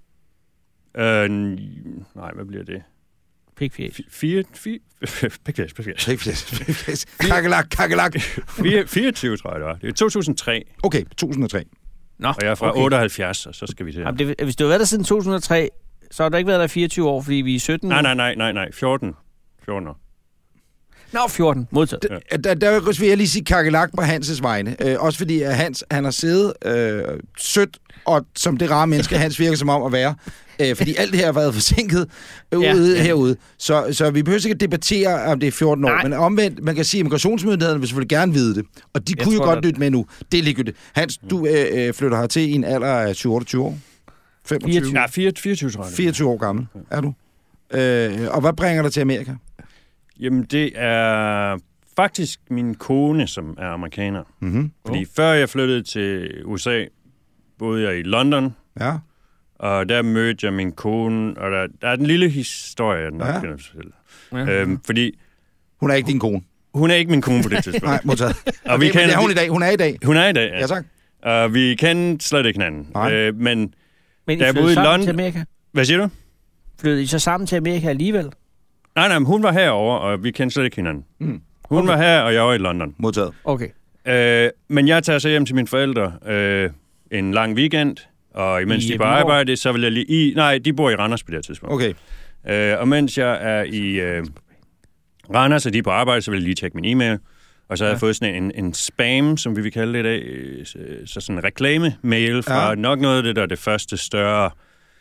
Øh, nej, hvad bliver det? Pigfjæs. Fi- Fire... Fire... Pigfjæs, pigfjæs. Pigfjæs, pigfjæs. Kakelak, kakelak. Fire- fireogtyve, tror jeg, det var. Det er to tusind og tre, Okay, to tusind og tre. Nå, og jeg er fra okay. otteoghalvfjerds, og så skal vi til. Jamen, det, hvis du har været der siden to tusind og tre, så har du ikke været der i fireogtyve år, fordi vi er sytten Nej, nu. nej, nej, nej, nej. fjorten. fjorten år. Nå, fjorten. Modtaget. Der, der, der vil jeg lige sige kakelak på Hanses vegne. Øh, også fordi at Hans, han har siddet øh, sødt, og som det rare menneske, Hans virker som om at være. Øh, fordi alt det her har været forsinket ude, Ja, ja, ja. ja. herude. Så, så vi behøver ikke at debattere, om det er fjorten år. Nej. Men omvendt, man kan sige, at immigrationsmyndighederne vil selvfølgelig gerne vide det. Og de Jeg kunne jo tror, godt at- lytte med nu. Det er ligegyldigt. Hans, du øh, øh, flytter hertil i en alder af tyve otteogtyve år. femogtyve. fireogtyve. Ja, fire- fireogtyve, tror jeg. det er. fireogtyve år gammel er du. Øh, og hvad bringer dig til Amerika? Jamen, det er faktisk min kone, som er amerikaner. Mm-hmm. Fordi før jeg flyttede til U S A, boede jeg i London, Ja. og der mødte jeg min kone, og der, der er en lille historie, jeg nok Ja. ja. fortælle. Ja. Øhm, fordi Hun er ikke din kone. hun er ikke min kone på det tidspunkt. Nej, modtaget. Og Og vi det, men det er kender- hun i dag. Hun er i dag. Hun er i dag, ja. Ja, tak. Og vi kendte slet ikke hinanden. Nej. Øh, men, Men I Da jeg boede flyttede i sammen London- til Amerika? hvad siger du? Flyttede I så sammen til Amerika alligevel? Nej, nej, men hun var herover og vi kendte slet ikke hinanden. Mm. Hun Okay. var her, og jeg var i London. Modtaget. Okay. Øh, men jeg tager så hjem til mine forældre øh, en lang weekend, og imens I de er på Viborg? arbejde, så vil jeg lige... I, nej, de bor i Randers på det her tidspunkt. Okay. Øh, og mens jeg er i øh, Randers, og de er på arbejde, så vil jeg lige tjekke min e-mail. Og så har Ja. jeg fået sådan en, en spam, som vi vil kalde det i dag. øh, Så, så sådan en reklame-mail fra Ja. nok noget af det, der er det første større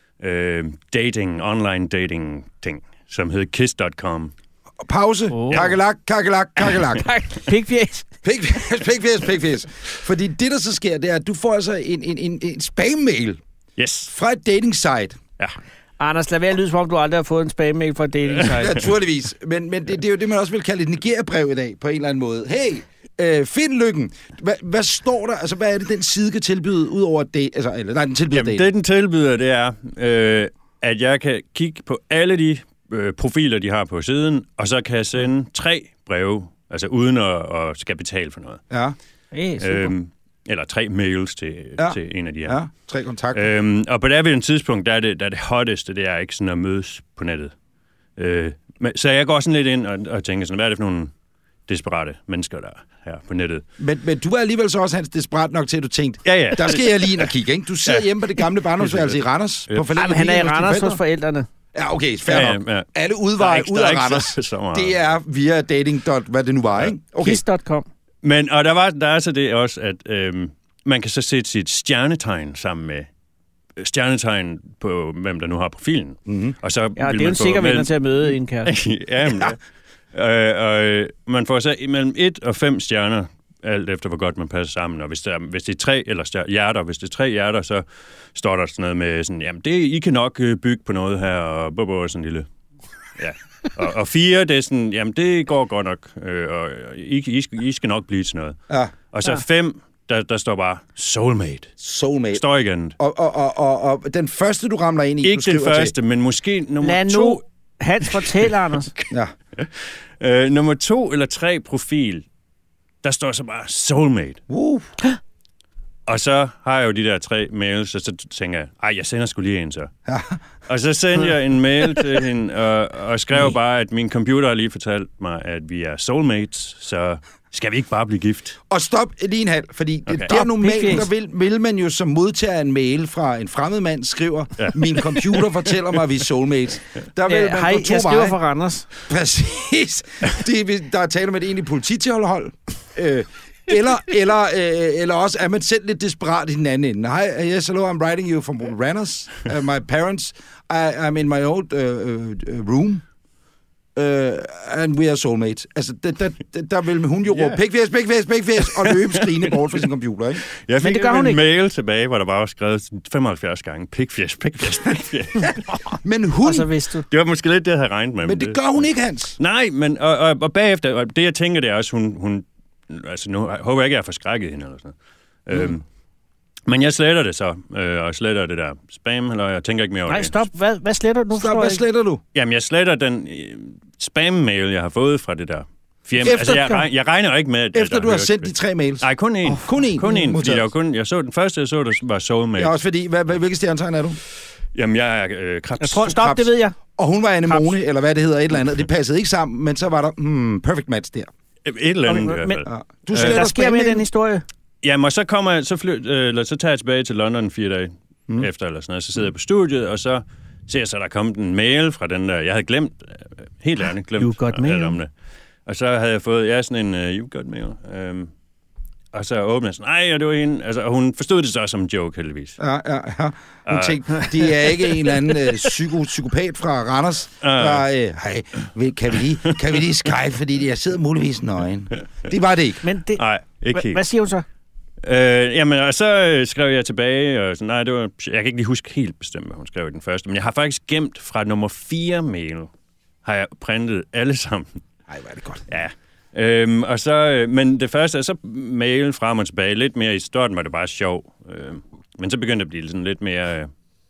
øh, dating, online dating ting, som hed kiss punktum com. Pause. Oh. Kakelak, kakelak, kakelak. Pigfjæs. Pigfjæs, pigfjæs, pigfjæs. Fordi det, der så sker, det er, at du får altså en, en, en, en spam-mail Yes. fra et dating-site. Ja. Anders, lad være at lyde, som om du aldrig har fået en spam-mail fra et dating site. Naturligvis. Men, men det, det er jo det, man også vil kalde et Nigeria-brev i dag, på en eller anden måde. Hey, øh, find lykken. Hva, hvad står der? Altså, hvad er det, den side kan tilbyde, ud over det? Altså, eller, nej, den tilbyder Jamen, dating. det den tilbyder, det er, øh, at jeg kan kigge på alle de øh, profiler, de har på siden, og så kan jeg sende tre breve, altså uden at, at skal betale for noget. Ja, Hey, super. Øhm, eller tre mails til, Ja. ja. til en af de her. ja. Tre kontakter. Øhm, og på det her tidspunkt, der er det, der er det hotteste, det er ikke sådan at mødes på nettet. Øh, men, så jeg går sådan lidt ind og, og tænker sådan, hvad er det for nogle desperate mennesker, der er her på nettet? Men, men du er alligevel så også, Hans, desperat nok til, at du tænkte, Ja, ja. der skal jeg lige ind og kigge, ikke? Du sidder Ja. hjemme på det gamle barndomsværelse i Randers. Ja. På forlænget Jamen, han er i weekend hos dine Randers hos forældre. forældrene. Ja, okay, fair Ja, nok. ja, ja. Alle Der er udveje ikke- ud der er af ikke Randers, så- så meget. det er via dating. Hvad det nu var, ikke? Okay. Kiss punktum com. Men, og der, var, der er så det også, at øhm, man kan så sætte sit stjernetegn sammen med øh, stjernetegn på, hvem der nu har profilen. Mm-hmm. Og så Ja, vil det er jo man en få sikker mellem- venner til at møde en kæreste. ja, men, ja. Øh, og øh, man får så mellem et og fem stjerner, alt efter hvor godt man passer sammen. Og hvis, der, hvis det er tre, eller stjer- hjerter, hvis det er tre hjerter, så står der sådan noget med sådan, jamen det, I kan nok øh, bygge på noget her, og bo, bo, sådan en lille Ja. Og, og fire, det er sådan, jamen det går godt nok, øh, og I, I, skal, I skal nok blive til noget. Ja. Og så Ja. fem, der, der står bare soulmate. Soulmate. Står ikke andet. Og, og, og, og, og den første, du ramler ind i, Ikke du skriver den første, til. men måske nummer Lad to. nu Hans fortælle, Anders. Ja. Øh, nummer to eller tre profil, der står så bare soulmate. Uh. Og så har jeg jo de der tre mails, og så tænker jeg, ej, jeg sender sgu lige en så. Ja. Og så sendte jeg en mail til hende, og, og skrev bare, at min computer har lige fortalt mig, at vi er soulmates, så skal vi ikke bare blive gift? Og stop lige en halv, fordi Okay. okay. der normalt, Pigfjes. der vil, vil man jo som modtager en mail fra en fremmed mand skriver, Ja. ja. min computer fortæller mig, at vi er soulmates. Der vil Ja, man hej, gå to jeg skriver veje. for Randers. Præcis. Det, der er tale om et egentlig polititilhold. Øh, eller, eller, øh, eller også er man selv lidt desperat i den anden ende. Hi, yes, hello, I'm writing you from Randers. Uh, my parents, I, I'm in my old uh, uh, room. Uh, and we are soulmates. Altså, der, der, der, der vil hun jo råbe, Yeah. pækfjæs, pækfjæs, pækfjæs, og løbe skrigende bort fra sin computer, ikke? Jeg fik det gør hun en ikke. mail tilbage, hvor der bare var skrevet sådan femoghalvfjerds gange, pikfjæs, pikfjæs, pikfjæs. Men hun, Og så vidste du. Det var måske lidt det, jeg havde regnet med. men det gør hun ikke, Hans. Nej, men og, og, og bagefter, og det jeg tænker, det er også, hun, hun altså nu jeg håber jeg ikke, jeg har forskrækket hende eller sådan noget. Mm. Øhm, men jeg sletter det så, øh, og sletter det der spam, eller jeg tænker ikke mere over Nej, det. stop. Hvad, hvad sletter du? Nu Stop, forstår hvad jeg ikke. sletter du? Jamen, jeg sletter den øh, spam-mail, jeg har fået fra det der firma. Efter- Altså, jeg, regner, jeg regner ikke med, at... at Efter der du har hørt sendt det. de tre mails. Nej, kun én. Oh, kun én? Kun én, fordi Modtaget. jeg, var kun, jeg så den første, jeg så, der var soulmate. Ja, også fordi, hvad, hvad, hvilke stjernetegn er du? Jamen, jeg er øh, krebs. Jeg tror, Du stop, krebs. det ved jeg. Og hun var anemone, eller hvad det hedder, et eller andet. Det passede ikke sammen, men så var der, hmm, perfect match der. Et eller andet Men- i hvert fald. Ja. Du Øh, sletter Der sker med spam-mailen. den historie. Jamen, og så kommer jeg, så, fly, øh, eller, så tager jeg tilbage til London fire dage mm. efter, eller sådan noget. Så sidder jeg på studiet, og så ser jeg så, der er kommet en mail fra den der... Jeg havde glemt, øh, helt ærligt glemt You got mail. alt om det. Og så havde jeg fået, ja, sådan en uh, you got mail. Um, og så åbnede jeg sådan, nej, og det var hende. Altså, og hun forstod det så som en joke, heldigvis. Ja, ja, ja. Hun Uh. tænkte, det er ikke en eller anden øh, psyko, psykopat fra Randers, Uh. der, øh, hej, vil- kan vi lige, kan vi lige Skype, fordi jeg sidder muligvis nøgen. Det var det ikke. Men det, Nej, ikke hva- helt. hvad siger hun så? Øh, jamen, og så øh, skrev jeg tilbage, og sådan, nej, det var, jeg kan ikke lige huske helt bestemt, hvad hun skrev i den første, men jeg har faktisk gemt fra nummer fire mail, har jeg printet alle sammen. Ej, hvor er det godt. Ja. Øhm, og så, øh, men det første er så mailen frem og tilbage. Lidt mere i starten var det bare sjov. Øh, men så begyndte det at blive sådan lidt mere øh,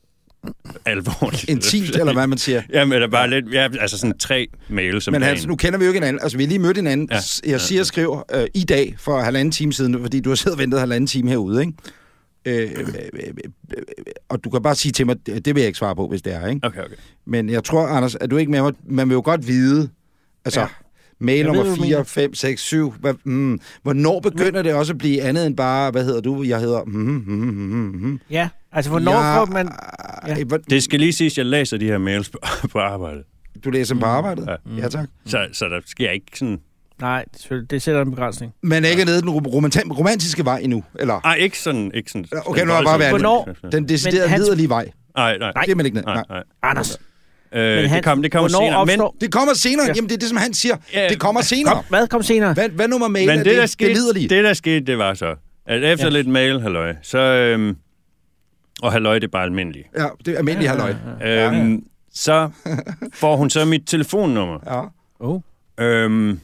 alvorligt. Intimt, eller hvad man siger. Jamen, eller bare lidt, ja, altså sådan tre mails som Men dagen. Hans, nu kender vi jo ikke hinanden. Altså, vi har lige mødt hinanden. Ja. Ja. Jeg siger og skriver øh, i dag for halvanden time siden, fordi du har siddet og ventet halvanden time herude, ikke? Øh, øh, øh, øh, og du kan bare sige til mig, det det vil jeg ikke svare på, hvis det er, ikke? Okay, okay. Men jeg tror, Anders, at du ikke med mig. Man vil jo godt vide, altså, Ja. ja. mail Jeg nummer ved, hvad du fire, mener. fem, seks, syv. Hvad, mm, hvornår begynder det også at blive andet end bare, hvad hedder du? Jeg hedder... Mm, mm, mm, mm, mm. Ja, altså hvornår ja, får man... Ja. Ja. Hvor, Det skal lige siges, at jeg læser de her mails på, på arbejdet. du læser dem på arbejdet? Ja. Ja, tak. Så, så der sker ikke sådan... Nej, selvfølgelig, det sætter en begrænsning. Men er ikke nede den romantan- romantiske vej endnu, eller? Nej, ikke sådan... Ikke sådan Ja, okay, nu har jeg bare været- Hvornår? Den deciderede Hans- liderlige vej. Nej, nej. Det er man ikke ned. Nej, Nej. nej. Anders, Øh, det, Hans, kom, det kommer hvornår senere. Men, opstår- Det kommer senere. Ja. Jamen, det er det, som han siger. Ja. Det kommer senere. Kom, hvad kom senere? Hvad, hvad nummer mail men er det, der det? skete, Det liderlige. det, der skete, det var så, at efter Ja. lidt mail, halløj, så... Øhm, og halløj, det er bare almindeligt. Ja, det er almindelig halløj. Øhm, så får hun så mit telefonnummer. Ja. Oh. Øhm,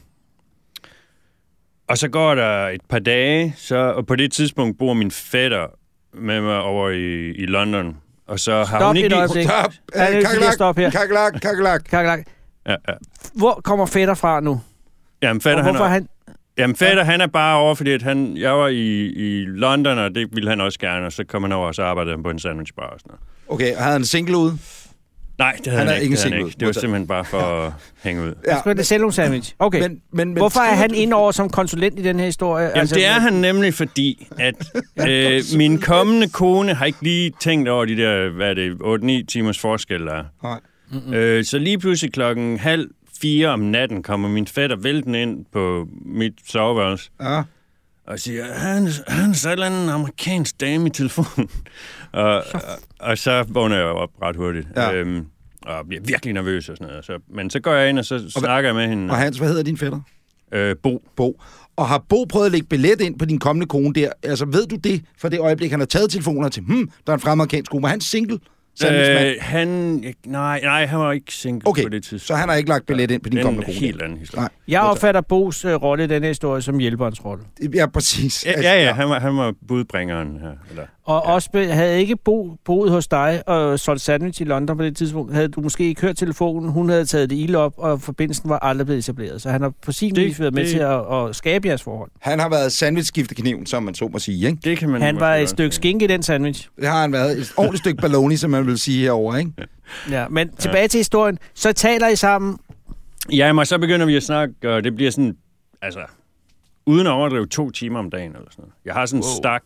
og så går der et par dage, så, og på det tidspunkt bor min fætter med mig over i, i London. Og så har Stop hun ikke et lige... øjeblik. Stop. Jeg er nødt til lige at stoppe her. Kakelak, kakelak. Kakelak. Ja, ja. Hvor kommer fætter fra nu? Jamen, fætter, Og han, hvorfor er, han... jamen, fætter, han er bare over, fordi at han, jeg var i, i London, og det ville han også gerne, og så kom han over, og så arbejdede han på en sandwichbar og sådan noget. Okay, havde han single ud? Nej, det havde Han han, er ikke. ikke Det, havde han single. ikke. Det var simpelthen bare for at hænge ud. Ja. Skal det sælge nogle sandwich? Okay. Men, men, men, Hvorfor er han tror du- inde over som konsulent i den her historie? Jamen, altså, det er han nemlig, fordi at øh, min kommende kone har ikke lige tænkt over de der, hvad er det, otte ni timers forskel, der er. Nej. Mm-hmm. Øh, så lige pludselig klokken halv fire om natten kommer min fætter væltende ind på mit soveværelse Ja. og siger, han, han er så et eller andet amerikansk dame i telefonen. og, og, og så vågner jeg op ret hurtigt. Ja. Øhm, og bliver virkelig nervøs og sådan noget. Så, men så går jeg ind, og så snakker jeg med hende. Og Hans, hvad hedder din fætter? Øh, Bo. Bo. Og har Bo prøvet at lægge billet ind på din kommende kone der? Altså, ved du det for det øjeblik, han har taget telefoner til, hmm, der er en fremamerikansk kone, var han single? Sandwichmand? Øh, han... Nej, nej, han var ikke single Okay, på det tidspunkt. så han har ikke lagt billet ind på din kommende kone. kone? En helt anden historie. Nej. Jeg opfatter Bo's uh, rolle i den her historie som hjælperens rolle. Ja, præcis. Ja, ja, ja han, var, han var budbringeren her. Eller, Og ja. også be- havde ikke Bo boet hos dig og solgt sandwich i London på det tidspunkt, havde du måske ikke hørt telefonen, hun havde taget det ilde op, og forbindelsen var aldrig blevet etableret. Så han har på sin Det- vis været med det- til at, at skabe jeres forhold. Han har været sandwichskiftekniven, som man så må sige, ikke? Det kan man Han måske var et godt stykke sige. skinke i den sandwich. Det har han været. Et ordentligt stykke baloney, som man vil sige herovre, ikke? Ja, men tilbage til historien. Så taler I sammen. Ja, men så begynder vi at snakke, og det bliver sådan, altså, uden at overdrive to timer om dagen eller sådan noget. Jeg har sådan en Wow. stak,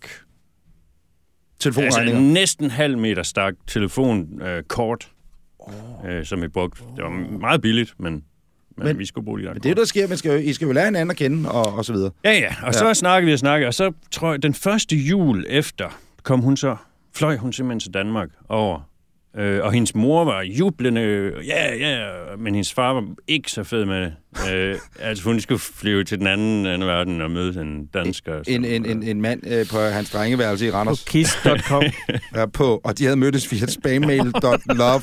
altså Telefonregninger. næsten halv meter stak telefonkort, øh, øh, som vi brugte. Det var meget billigt, men, men, Men- vi skulle bruge de der Men det, der sker, man skal jo, I skal jo lære hinanden at kende, og, og så videre. Ja, ja, og så Ja. snakkede vi og snakkede, og så tror jeg, den første jul efter, kom hun så, fløj hun simpelthen til Danmark over. Øh, og hendes mor var jublende, ja, ja, men hendes far var ikke så fed med det. Øh, altså, hun skulle flyve til den anden, anden verden og møde en dansker. En, som, en, en, en mand øh, på hans drengeværelse i På Randers. kiss punktum com. Ja, på, og de havde mødtes via spammail dot love.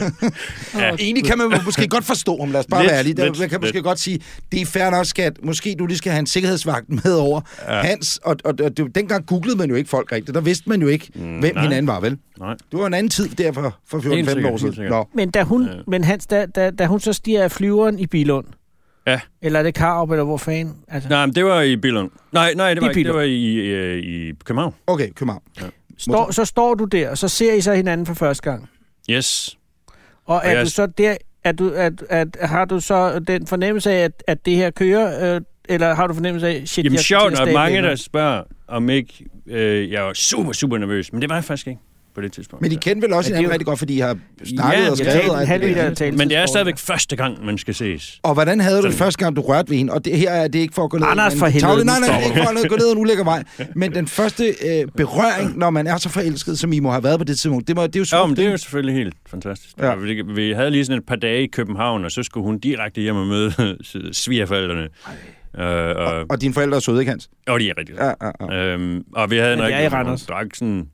Ja. Egentlig kan man måske godt forstå ham, lad os bare Lidt, være ærlige. Der, lidt, man kan måske lidt. godt sige, det er fair nok, skat. Måske du lige skal have en sikkerhedsvagt med over. Ja. Hans, og, og, og det, dengang googlede man jo ikke folk rigtigt. Der vidste man jo ikke, Mm, hvem nej. hinanden var, vel? Nej. Det var en anden tid der for, for fjorten Helt femten sikkert, år siden. helt sikkert. Nå. Men da hun, Ja. men Hans, da, da, da hun så stiger af flyveren i Billund, Ja. eller er det Karup, eller hvor fanden? Altså, Nej, men det var i Billund. Nej, nej, det var, I ikke, det Billund. var i, øh, i København. Okay, København. står, så står du der, og så ser I så hinanden for første gang. Yes. Og er jeg- du så der, er du, at, at, har du så den fornemmelse af, at, at det her kører, øh, eller har du fornemmelse af, shit, Jamen jeg skal sjovt, til at og stable mange, ind? der spørger, om ikke øh, jeg var super, super nervøs. Men det var jeg faktisk ikke på det tidspunkt. Men I kendte vel også Men det er hinanden jo- rigtig godt, fordi I har snakket Ja, og jeg skrevet. talte og en alt halv det der. meter tale. Men det er stadigvæk første gang, man skal ses. Og hvordan havde du det Sådan. første gang, du rørte ved hende? Og det her er det er ikke for at gå ned Anders, ad en for helvede, tavle. Nej, nu nej, stopper ikke for at gå ned ad en ulækker vej. Men den første øh, berøring, når man er så forelsket, som I må have været på det tidspunkt, det, må, det er jo Ja, smukt. men det er jo ikke? selvfølgelig helt fantastisk. Ja. Ja. Vi, vi havde lige sådan et par dage i København, og så skulle hun direkte hjem og møde svigerforældrene. Øh, og, Og dine forældre er søde, ikke Hans? og de er rigtig Ja, ja, ja. Øhm, og vi havde en Men det er i rigtig, hun Randers. drak sådan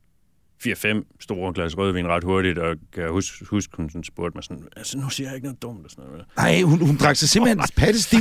fire fem store glas rødvin ret hurtigt, og kan jeg huske, huske hun sådan spurgte mig sådan, altså nu siger jeg ikke noget dumt og sådan noget. Nej, hun, hun drak sig simpelthen pattestiv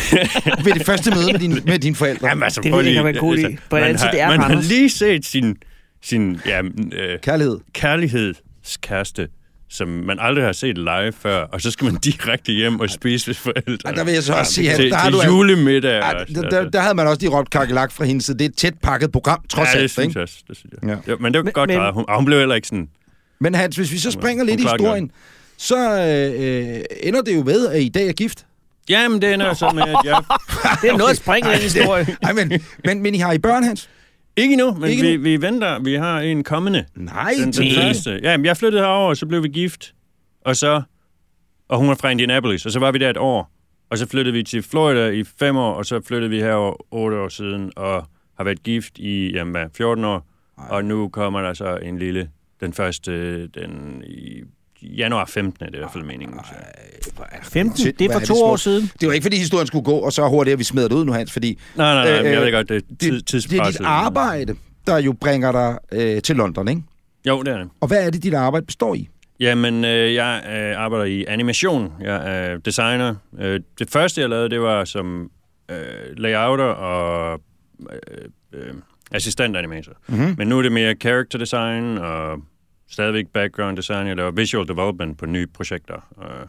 ved det første møde med, din, med dine forældre. Jamen, altså, Det prøv ved jeg lige- ikke, om jeg er god i. altså, Hvordan man så har, det er man har Randers? lige set sin, sin ja, øh, Kærlighed. kærlighedskæreste, som man aldrig har set live før, og så skal man direkte hjem og spise ved forældrene. Ej, der vil jeg så også sige, at til, der har til du altså- julemiddag. Ej, også, der, der, der havde man også lige råbt kakelak fra hendes side. Det er et tæt pakket program, trods ja, det alt. synes Ikke? jeg også. Det synes jeg. Ja. Ja. Ja, men det var Men- godt men- klaret. Hun, og hun blev heller ikke sådan... Men Hans, hvis vi så springer Hun lidt i klarer historien, så øh, øh, ender det jo ved, at I i dag er gift. Jamen, det ender så med, at jeg... Det er noget at springe i den historie. Nej, men, men, men I har I børn, Hans? Ikke nu, men Ikke vi, nu? vi venter. Vi har en kommende. Nej, Den, den Nej. første. Ja, men jeg flyttede herover, og så blev vi gift. Og så... Og hun var fra Indianapolis, og så var vi der et år. Og så flyttede vi til Florida i fem år, og så flyttede vi herover otte år siden, og har været gift i, jamen, hvad, fjorten år. Ej. Og nu kommer der så en lille... Den første, den i januar femtende, det er i hvert fald meningen. Så. femten, Shit, det er hvor for er to det år smukt. siden. Det var ikke, fordi historien skulle gå, og så hurtigt, at vi smider det ud nu, Hans, fordi Nej, nej, nej, Øh, øh, jeg ved godt, det er det, tid, det er tidspresset. dit arbejde, der jo bringer dig øh, til London, ikke? Jo, det er det. Og hvad er det, dit arbejde består i? Jamen, øh, jeg øh, arbejder i animation. Jeg er designer. Øh, det første, jeg lavede, det var som øh, layouter og øh, øh, assistent-animator. Mm-hmm. Men nu er det mere character design og stadigvæk background design. Jeg laver visual development på nye projekter.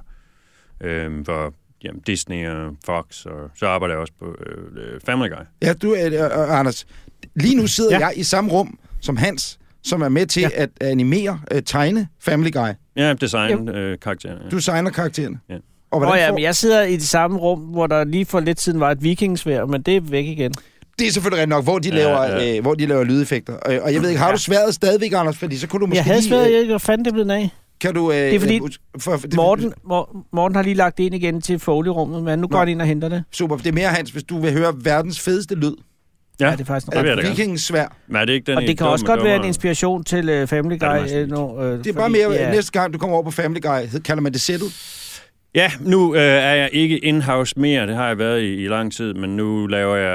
Øh, øh, for jamen, Disney og Fox, og så arbejder jeg også på øh, Family Guy. Ja, du, øh, øh, Anders, lige nu sidder ja. Ja. jeg i samme rum som Hans, som er med til ja. Ja. at animere, øh, tegne Family Guy. Ja, design øh, karakterer. Ja. Du signer karaktererne. Ja. Og Nå hvordan ja, får... men jeg sidder i det samme rum, hvor der lige for lidt siden var et vikingsvær, men det er væk igen. Det er selvfølgelig rigtigt nok, hvor de Ja, laver, ja. Øh, hvor de laver lydeffekter. Og, og jeg ved ikke, har Ja. du sværet stadigvæk, Anders? Fordi så kunne du måske Jeg havde lige... svært, øh, jeg ikke, hvor fanden det blev af. Kan du... Øh, Det er fordi, øh, for, for, det, Morten, Mor- Morten har lige lagt det ind igen til Foley-rummet, men nu går Nå. han ind og henter det. Super, det er mere, Hans, hvis du vil høre verdens fedeste lyd. Ja, Ja, det er faktisk det vil jeg noget. da gerne. Vikingens svær. Men er det ikke den Og det kan dumme også godt være en dummer? inspiration til uh, Family Ja, det er Guy. meget Uh, no, uh, Det er bare mere, ja. næste gang du kommer over på Family Guy, hed- kalder man det sættet. Ja, nu øh, er jeg ikke in-house mere. Det har jeg været i, i lang tid, men nu laver jeg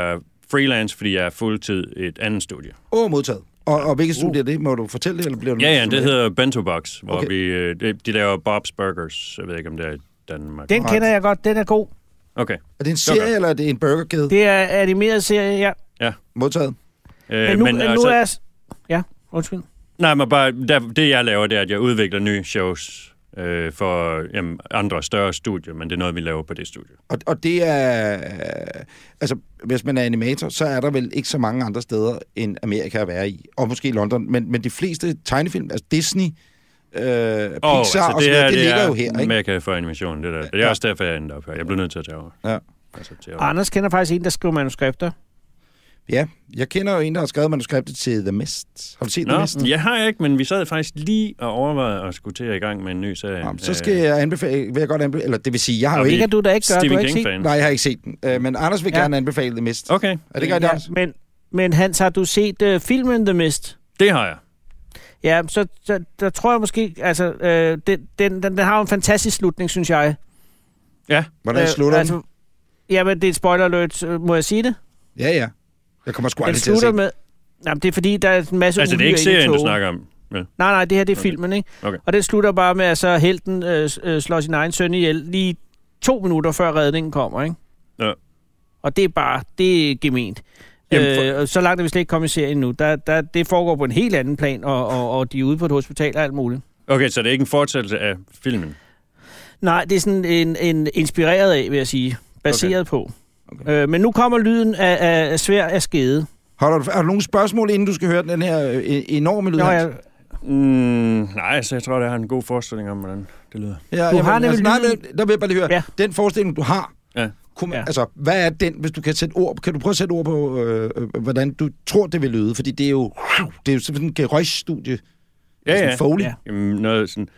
freelance, fordi jeg er fuldtid et andet studie. Åh, oh, modtaget. Og, og hvilket studie er det? Må du fortælle det, eller bliver du... Ja, ja, det hedder Bento Box, hvor Okay. vi, de, de laver Bob's Burgers. Jeg ved ikke, om det er i Danmark. Den kender jeg godt, den er god. Okay. Er det en serie, Okay. eller er det en burgerkæde? Det er animeret serie, ja. Modtaget. Men nu, men, nu altså, er... Ja, undskyld. Nej, men bare, der, det jeg laver, det er, at jeg udvikler nye shows øh, for jamen, andre større studier, men det er noget, vi laver på det studie. Og, og det er... Øh, altså, hvis man er animator, så er der vel ikke så mange andre steder end Amerika at være i. Og måske London. Men, men de fleste tegnefilm, altså Disney, øh, Pixar oh, og altså, sådan noget, det, det ligger jo her, ikke? Amerika for animation, det der. Det er Ja. også derfor, jeg endte op her. Jeg blev nødt til at tage over. Ja. Altså, til at... Anders kender faktisk en, der skriver manuskripter. Ja, jeg kender jo en, der har skrevet manuskriptet til The Mist. Har du set Nå, The Mist? jeg har ikke, men vi sad faktisk lige og overvejede at skulle til at i gang med en ny serie. Jamen, så skal jeg anbefale, vil jeg godt anbefale, eller det vil sige, jeg har jo Og Det ikke... kan du da ikke gøre, du Stephen har ikke set. King-fan. Nej, jeg har ikke set den. Øh, men Anders vil Ja. gerne anbefale The Mist. Okay, Er det ikke rigtigt, Ja, Anders? men, men Hans, har du set uh, filmen The Mist? det har jeg. Ja, så, så der tror jeg måske, altså, øh, den, den, den, den har jo en fantastisk slutning, synes jeg. Ja, Hvordan slutter den? altså, Jamen, det er et spoiler alert, øh, må jeg sige det? Ja, ja. Jeg kommer sgu Den aldrig til at se slutter den. med... Jamen, det er fordi, der er en masse altså det er uhyre ikke inde i serien, du toget. snakker om. Ja. Nej, nej, det her det er Okay. filmen, ikke? Okay. Og den slutter bare med, at så helten øh, øh, slår sin egen søn ihjel lige to minutter før redningen kommer, ikke? Ja. Og det er bare, det er gement. Jamen, for- Øh, så langt er vi slet ikke kommet i serien nu. Der, der, det foregår på en helt anden plan, og, og, og de er ude på et hospital og alt muligt. Okay, så det er ikke en fortsættelse af filmen? Nej, det er sådan en, en inspireret af, vil jeg sige. Baseret okay. på. Okay. Øh, men nu kommer lyden af, af, af svær af skede. Har du, har du nogle spørgsmål, inden du skal høre den her øh, enorme lyd? Nå, Hans? jeg, Mm, nej, så jeg tror, jeg har en god forestilling om, hvordan det lyder. Ja, Du har nemlig nej, lyden- men, der vil jeg bare lige høre. Ja. Den forestilling, du har, Ja. kunne, Ja. ja. altså, hvad er den, hvis du kan sætte ord, kan du prøve at sætte ord på, øh, øh, hvordan du tror, det vil lyde? Fordi det er jo, det er jo sådan en geräuschstudie. Ja, Sådan ja. Foley. Ja. Jamen, noget sådan...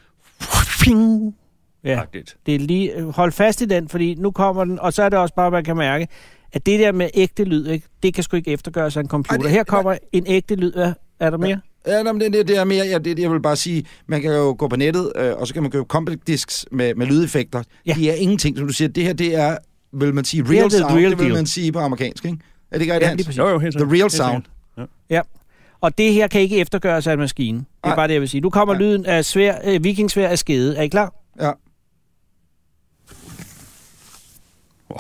ja, Agtigt. det er lige, hold fast i den, fordi nu kommer den, og så er det også bare, man kan mærke, at det der med ægte lyd, ikke, det kan sgu ikke eftergøres af en computer. Ej, det- Her kommer en ægte lyd. Er, er der mere? Ja, nej, men det, det, det er mere, ja, det, jeg vil bare sige, man kan jo gå på nettet, øh, og så kan man købe compact discs med, med lydeffekter. Ja. De er ingenting, som du siger. Det her, det er, vil man sige, er real the sound. real Det vil deal. man sige på amerikansk, ikke? Er det ikke rigtigt, Ja, Hans? lige præcis. Jo, jo, helt The sikkert. real Helt sound. sikkert. Ja. Og det her kan ikke eftergøres af en maskine. Det er Nej. bare det, jeg vil sige. Nu kommer Ja. lyden af svær, øh, vikingsvær af skede. Er I klar? Ja. Wow.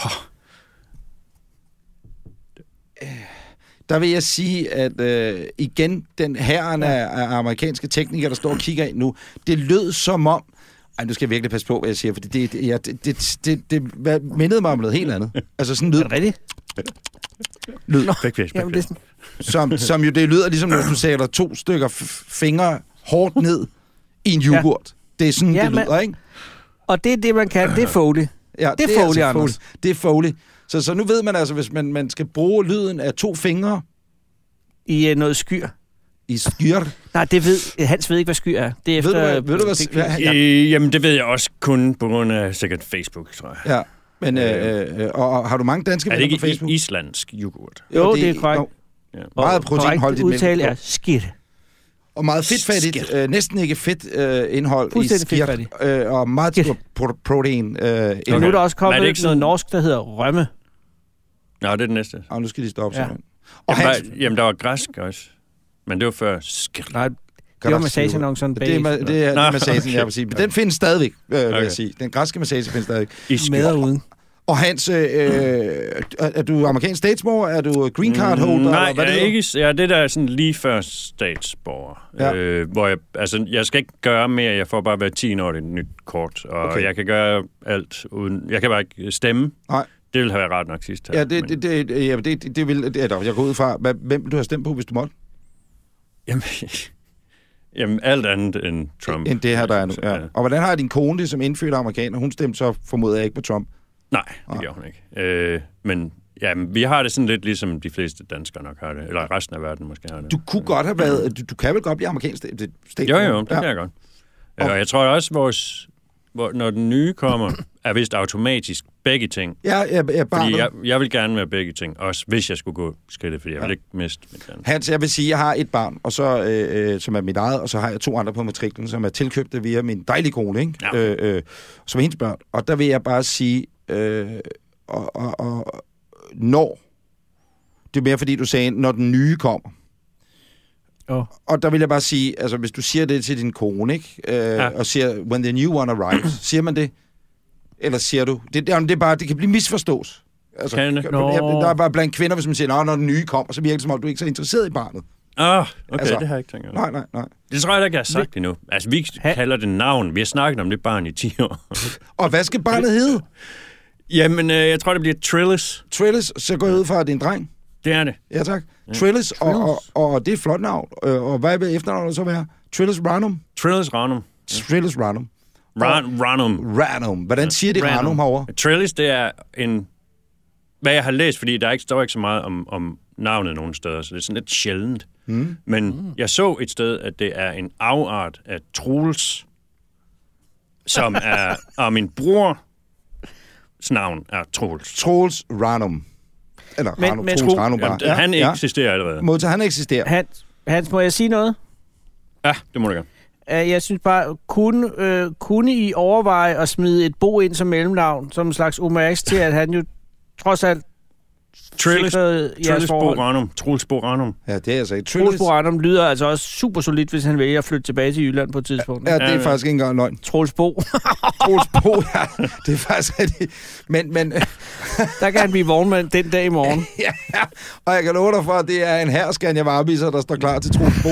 Der vil jeg sige, at øh, igen, den herren af, af amerikanske teknikere, der står og kigger ind nu, det lød som om... Ej, nu skal jeg virkelig passe på, hvad jeg siger, fordi det, det, ja, det, det, det, det hvad- mindede mig om noget helt andet. Altså sådan Er lyd, det rigtigt? lyd Backface, Jamen, det er backface. sådan. som, som jo det lyder ligesom, når du sætter to stykker f- fingre hårdt ned i en yoghurt. Det er sådan, Ja, det men- lyder, ikke? Og det er det, man kan. Det er Foley. Ja, det er Foley, Anders. Foley. Det er Foley. Så, så nu ved man altså, hvis man, man skal bruge lyden af to fingre I øh, noget skyr. i skyr. Nej, det ved, Hans ved ikke, hvad skyr er. Det er Ved efter... du, hvad, ved du, hvad, det- hvad ja, Øh, jamen, det ved jeg også kun på grund af sikkert Facebook, tror jeg. ja, men øh, øh, og, og har du mange danske Er det venner på ikke Facebook? i- islandsk yoghurt? Jo, det er korrekt. jo, Ja. meget og proteinholdigt korrekt udtale mælk. er skidt. Og meget fedtfattigt, øh, næsten ikke fedt øh, indhold i Fuldstændig skirt, fedtfattigt. øh, og meget Skidt. stor pro- protein øh, Og indhold. nu er der også Men er kommet det ikke noget sådan- norsk, der hedder rømme. Nå, det er det næste. Og nu skal de stoppe Ja. ja. sådan. Og Jamen, Hans, der, jamen, der var græsk også. Men det var før skir. Nej, det var massageannonceren bag. det er, ma- det er, det er Nå, massagen, okay. jeg vil sige. Men den findes stadigvæk, øh, vil Okay. jeg sige. Den græske massage findes stadigvæk. I skir. Med og uden. Og Hans, øh, er, er du amerikansk statsborger? Er du green card holder? Mm, nej, eller hvad jeg det er hedder? ikke, jeg er det der er sådan lige før statsborger. Ja. Øh, hvor jeg, altså, jeg skal ikke gøre mere, jeg får bare hver tiende år et nyt kort. Og Okay. okay. jeg kan gøre alt uden... Jeg kan bare ikke stemme. Nej. Det ville have været rart nok sidst her. Ja, det, men- det, det, ja, det, det, det vil... Det, er jeg går ud fra. Hvad, hvem vil du have stemt på, hvis du måtte? Jamen, jamen, alt andet end Trump. End det her, der er nu. Ja. Og hvordan har din kone det som indfødt amerikaner? Hun stemte så, formoder jeg, ikke på Trump. Nej, det gjorde hun ikke. Øh, men ja, vi har det sådan lidt ligesom de fleste danskere nok har det. Eller resten af verden måske har det. Du kunne godt have været... Du, du kan vel godt blive amerikansk stat- Jo, statsborger? jo, det ja. kan jeg godt. Og, og jeg tror også, vores, hvor, når den nye kommer, er vist automatisk begge ting. Ja, jeg, jeg, bare Fordi jeg, jeg vil gerne være begge ting, også hvis jeg skulle gå skridtet, fordi jeg Ja. vil ikke miste mit land. Hans, jeg vil sige, at jeg har et barn, og så, øh, øh, som er mit eget, og så har jeg to andre på matriklen, som er tilkøbte via min dejlige kone, ikke? Ja. Øh, øh, som er hendes børn. Og der vil jeg bare sige, øh, og, og, og, når Det er mere fordi, du sagde, når den nye kommer. Oh. Og der vil jeg bare sige, altså hvis du siger det til din kone, ikke? Øh, ja. Og siger, when the new one arrives, siger man det? Eller siger du? Det, det, det, er bare, det kan blive misforstås. Altså, kan det? No. Der er bare blandt kvinder, hvis man siger, når den nye kommer, så virker det som om, du ikke er så interesseret i barnet. Ah, oh, okay, altså, det har jeg ikke tænkt. Nej, nej, nej. Det tror jeg da ikke, jeg har sagt endnu. Altså, vi kalder det navn. Vi har snakket om det barn i ti år. Og hvad skal barnet hedde? Jamen, øh, jeg tror, det bliver Trillis. Trillis, så går jeg ud fra, at det er en dreng. Det er det. Ja, tak. Ja. Trillis, og, og, og det er et flot navn. Og hvad vil efternavnet så være? Trillis Ranum? Trillis Ranum. Trillis Ranum. Ran- Ranum. Ranum. Hvordan siger de Ranum, Ranum herovre? Trillis, det er en... Hvad jeg har læst, fordi der ikke står ikke så meget om, om navnet nogen steder, så det er sådan lidt sjældent. Mm. Men mm. jeg så et sted, at det er en afart af Troels, som er... Og min brors navn er Troels. Troels Ranum. Eller men, Ranum, men, Troels Ranum bare. Jamen, han ja. eksisterer allerede. Modtager, han eksisterer. Hans, Hans, må jeg sige noget? Ja, det må du gerne. Jeg synes bare, kunne, øh, kunne I overveje at smide et Bo ind som mellemnavn, som en slags umærks til, at han jo trods alt Trillis Trillis Boranum. Trillis Boranum. Ja, det er altså ikke. Trillis Boranum lyder altså også super solidt, hvis han vælger at flytte tilbage til Jylland på et tidspunkt. Ja, det er ja, faktisk ikke engang løgn. Trillis Bo. Trillis Bo, ja. Det er faktisk rigtigt. Men, men... Der kan han blive vognmand den dag i morgen. Ja, og jeg kan love dig for, at det er en herskanja varebiser, der står klar til Trillis Bo.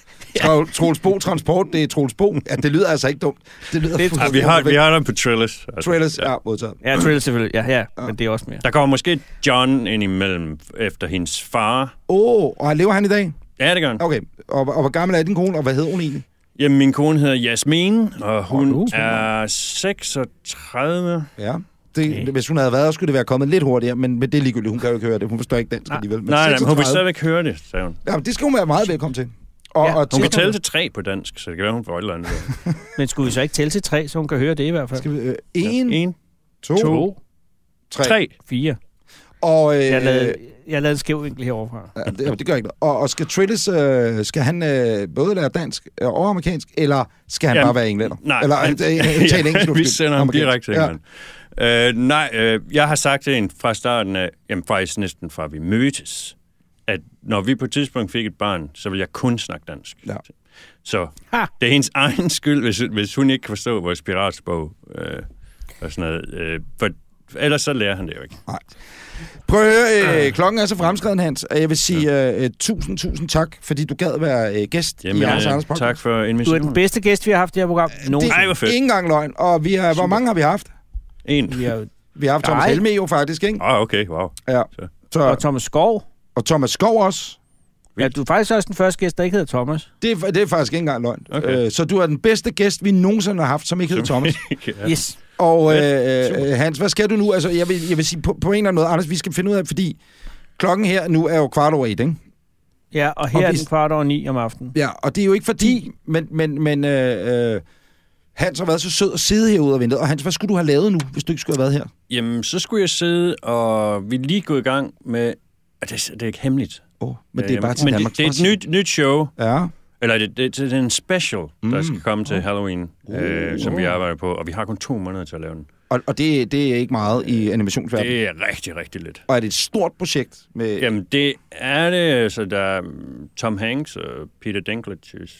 Ja. Troels Bo Transport, det er Troels Bo. Ja, det lyder altså ikke dumt. Det lyder det, ja, vi har vi har dem på Trillis. Altså. Trillis, ja, modtaget. Ja, Trillis selvfølgelig. Ja, ja, ja, men det er også mere. Der kommer måske John ind imellem efter hendes far. Åh, oh, og lever han i dag? Ja, det gør han. Okay, og, og hvor gammel er din kone, og hvad hedder hun egentlig? Jamen, min kone hedder Jasmin, og hun oh, er seksogtredive. Ja. Det, okay. Hvis hun havde været, skulle det være kommet lidt hurtigere, men, men det er ligegyldigt. Hun kan jo ikke høre det. Hun forstår ikke dansk alligevel. Men nej, nej, men hun vil stadigvæk høre det, sagde hun. Ja, det skal hun være meget velkommen til. Og, ja, og hun kan tælle til tre på dansk, så det kan være, hun får et eller andet. Men skulle vi så ikke tælle til tre, så hun kan høre det i hvert fald? Skal vi, øh, en, ja. en, to, to tre, tre, fire. Og, øh, jeg lavede, jeg lavede en skæv vinkel heroverfra. Ja, det, det gør ikke noget. Og, og skal Trillis, øh, skal han øh, både lære dansk og amerikansk, eller skal han Jamen, bare være englænder? Nej, eller øh, tale engelsk? Vi sender ham direkte til England. Ja. Øh, nej, øh, jeg har sagt til en fra starten af, jamen faktisk næsten fra vi mødtes, at når vi på et tidspunkt fik et barn, så vil jeg kun snakke dansk. Ja. Så ha. Det er hendes egen skyld, hvis, hvis hun ikke kan forstå vores piratsprog øh, og sådan noget. Øh, for ellers så lærer han det jo ikke. Nej. Prøv at høre, øh, klokken er så fremskreden, Hans, og jeg vil sige øh, tusind, tusind tak, fordi du gad være øh, gæst Jamen, i Anders Anders podcast. Tak for invitationen. Du er den bedste gæst, vi har haft i det her program. Det er ikke engang løgn. Og vi har, hvor mange har vi haft? En. Vi har, vi har haft Thomas Helme jo faktisk, ikke? Ah, okay, wow. Ja. Så. Så. Og Thomas Skov. Og Thomas Skov også. Ja, du er faktisk også den første gæst, der ikke hedder Thomas. Det er, det er faktisk ikke engang løgn. Okay. Øh, så du er den bedste gæst, vi nogensinde har haft, som ikke hedder Thomas. Ja. Yes. Og øh, Hans, hvad skal du nu? Altså, jeg vil, jeg vil sige på, på en eller anden måde, Anders, vi skal finde ud af, fordi klokken her nu er jo kvart over et, ikke? Ja, og her og er vi... den kvart over ni om aftenen. Ja, og det er jo ikke fordi, men, men, men øh, øh, Hans har været så sød at sidde herude og vente. Og Hans, hvad skulle du have lavet nu, hvis du ikke skulle have været her? Jamen, så skulle jeg sidde, og vi er lige gået i gang med... Det, det er ikke hemmeligt. Oh, men det er bare til men Danmark. Det, det er et nyt, nyt show. Ja. Eller det, det, det er en special, mm. der skal komme til Halloween, oh. øh, som vi arbejder på. Og vi har kun to måneder til at lave den. Og, og det, det er ikke meget i animationsverdenen? Det er rigtig, rigtig lidt. Og er det et stort projekt? Med... Jamen, det er det. Altså, der er Tom Hanks og Peter Dinklage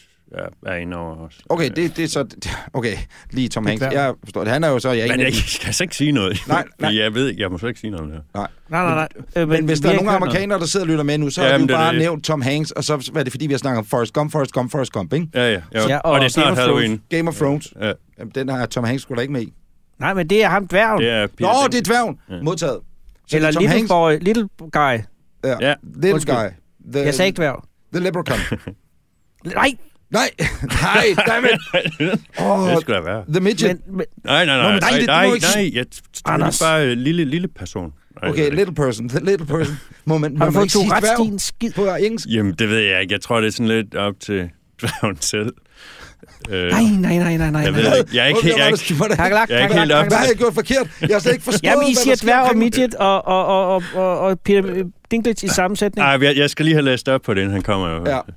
er, er inde over os. Okay, det, det er så... Okay, lige Tom Hanks. Jeg forstår det. Han er jo så... Jeg men jeg kan altså ikke sige noget. Nej, nej. Jeg ved ikke, jeg må så ikke sige noget om det her. Nej, nej, nej. nej. Men, men hvis der er nogle amerikanere, der sidder og lytter med nu, så har du bare det. nævnt Tom Hanks, og så er det fordi, vi har snakket om Forrest Gump, Forrest Gump, Forrest Gump, ikke? Ja, ja. ja. ja og, og det er snart Halloween. Game of Thrones. Ja. Jamen, den har Tom Hanks sgu da ikke med i. Nej, men det er ham dværgen. Det er Peter Nå, det er dværgen. Ja. Modtaget. Så Eller Little Hanks... Boy, Little Guy. Ja, ja. Little Undskyld. Guy. The, jeg sagde ikke dværg. The Leprechaun. Nej! Nej, nej, dammit. Oh, det skulle da være. The Midget. Men, men... Nej, nej, nej, Nå, nej, det, nej, ikke... nej, jeg tror bare uh, lille, lille person. Nej, okay, little person, the little person. Må man, har du fået to ret din skid på engelsk? Jamen, det ved jeg ikke. Jeg tror, det er sådan lidt op til dværgen selv. Uh, nej, nej, nej, nej, nej. Jeg ved ikke. Jeg er ikke helt, jeg er ikke, jeg er ikke helt op. Hvad har jeg gjort forkert? Jeg har slet ikke forstået, jamen, I siger dværg og midget og, og, og, og, og Peter Dinklage i sammensætning. Nej, jeg skal lige have læst op på det, inden han kommer jo. Ja.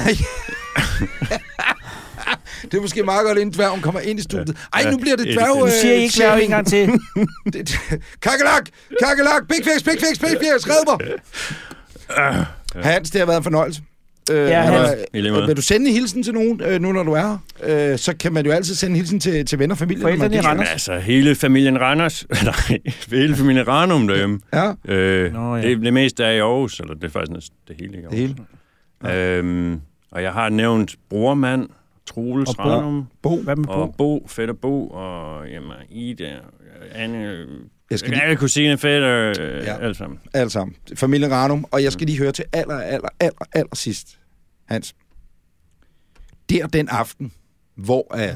Det er måske meget godt, inden dværgen kommer ind i studiet. Ej, nu bliver det dværg... Nu siger I ikke dværg en gang til. Kakelak! Kakelak! Big fix, big fix, big fix! Red mig! Uh. Hans, det har været en fornøjelse. Øh, Ja, Hans. øh, vil du sende en hilsen til nogen, øh, nu når du er her? Øh, så kan man jo altid sende en hilsen til, til venner og familie. Forældrene i Randers. Altså, hele familien Randers. Nej, hele familien Ranum derhjemme. Ja. Øh, Nå, ja. det, det meste er i Aarhus, eller det er faktisk næsten det hele i Aarhus. Det hele. Ja. Øhm, og jeg har nævnt brormand, Troels Og Bo. Ranum, Bo. Hvad med Bo? og Bo, fætter Bo, og jamen, Ida, Anne, Jeg skal lige, alle kusine, fætter, øh, Ja. ja. alt sammen. alle sammen. Familien Ranum. Og jeg skal lige høre til aller, aller, aller, aller sidst. Hans. Der den aften, hvor er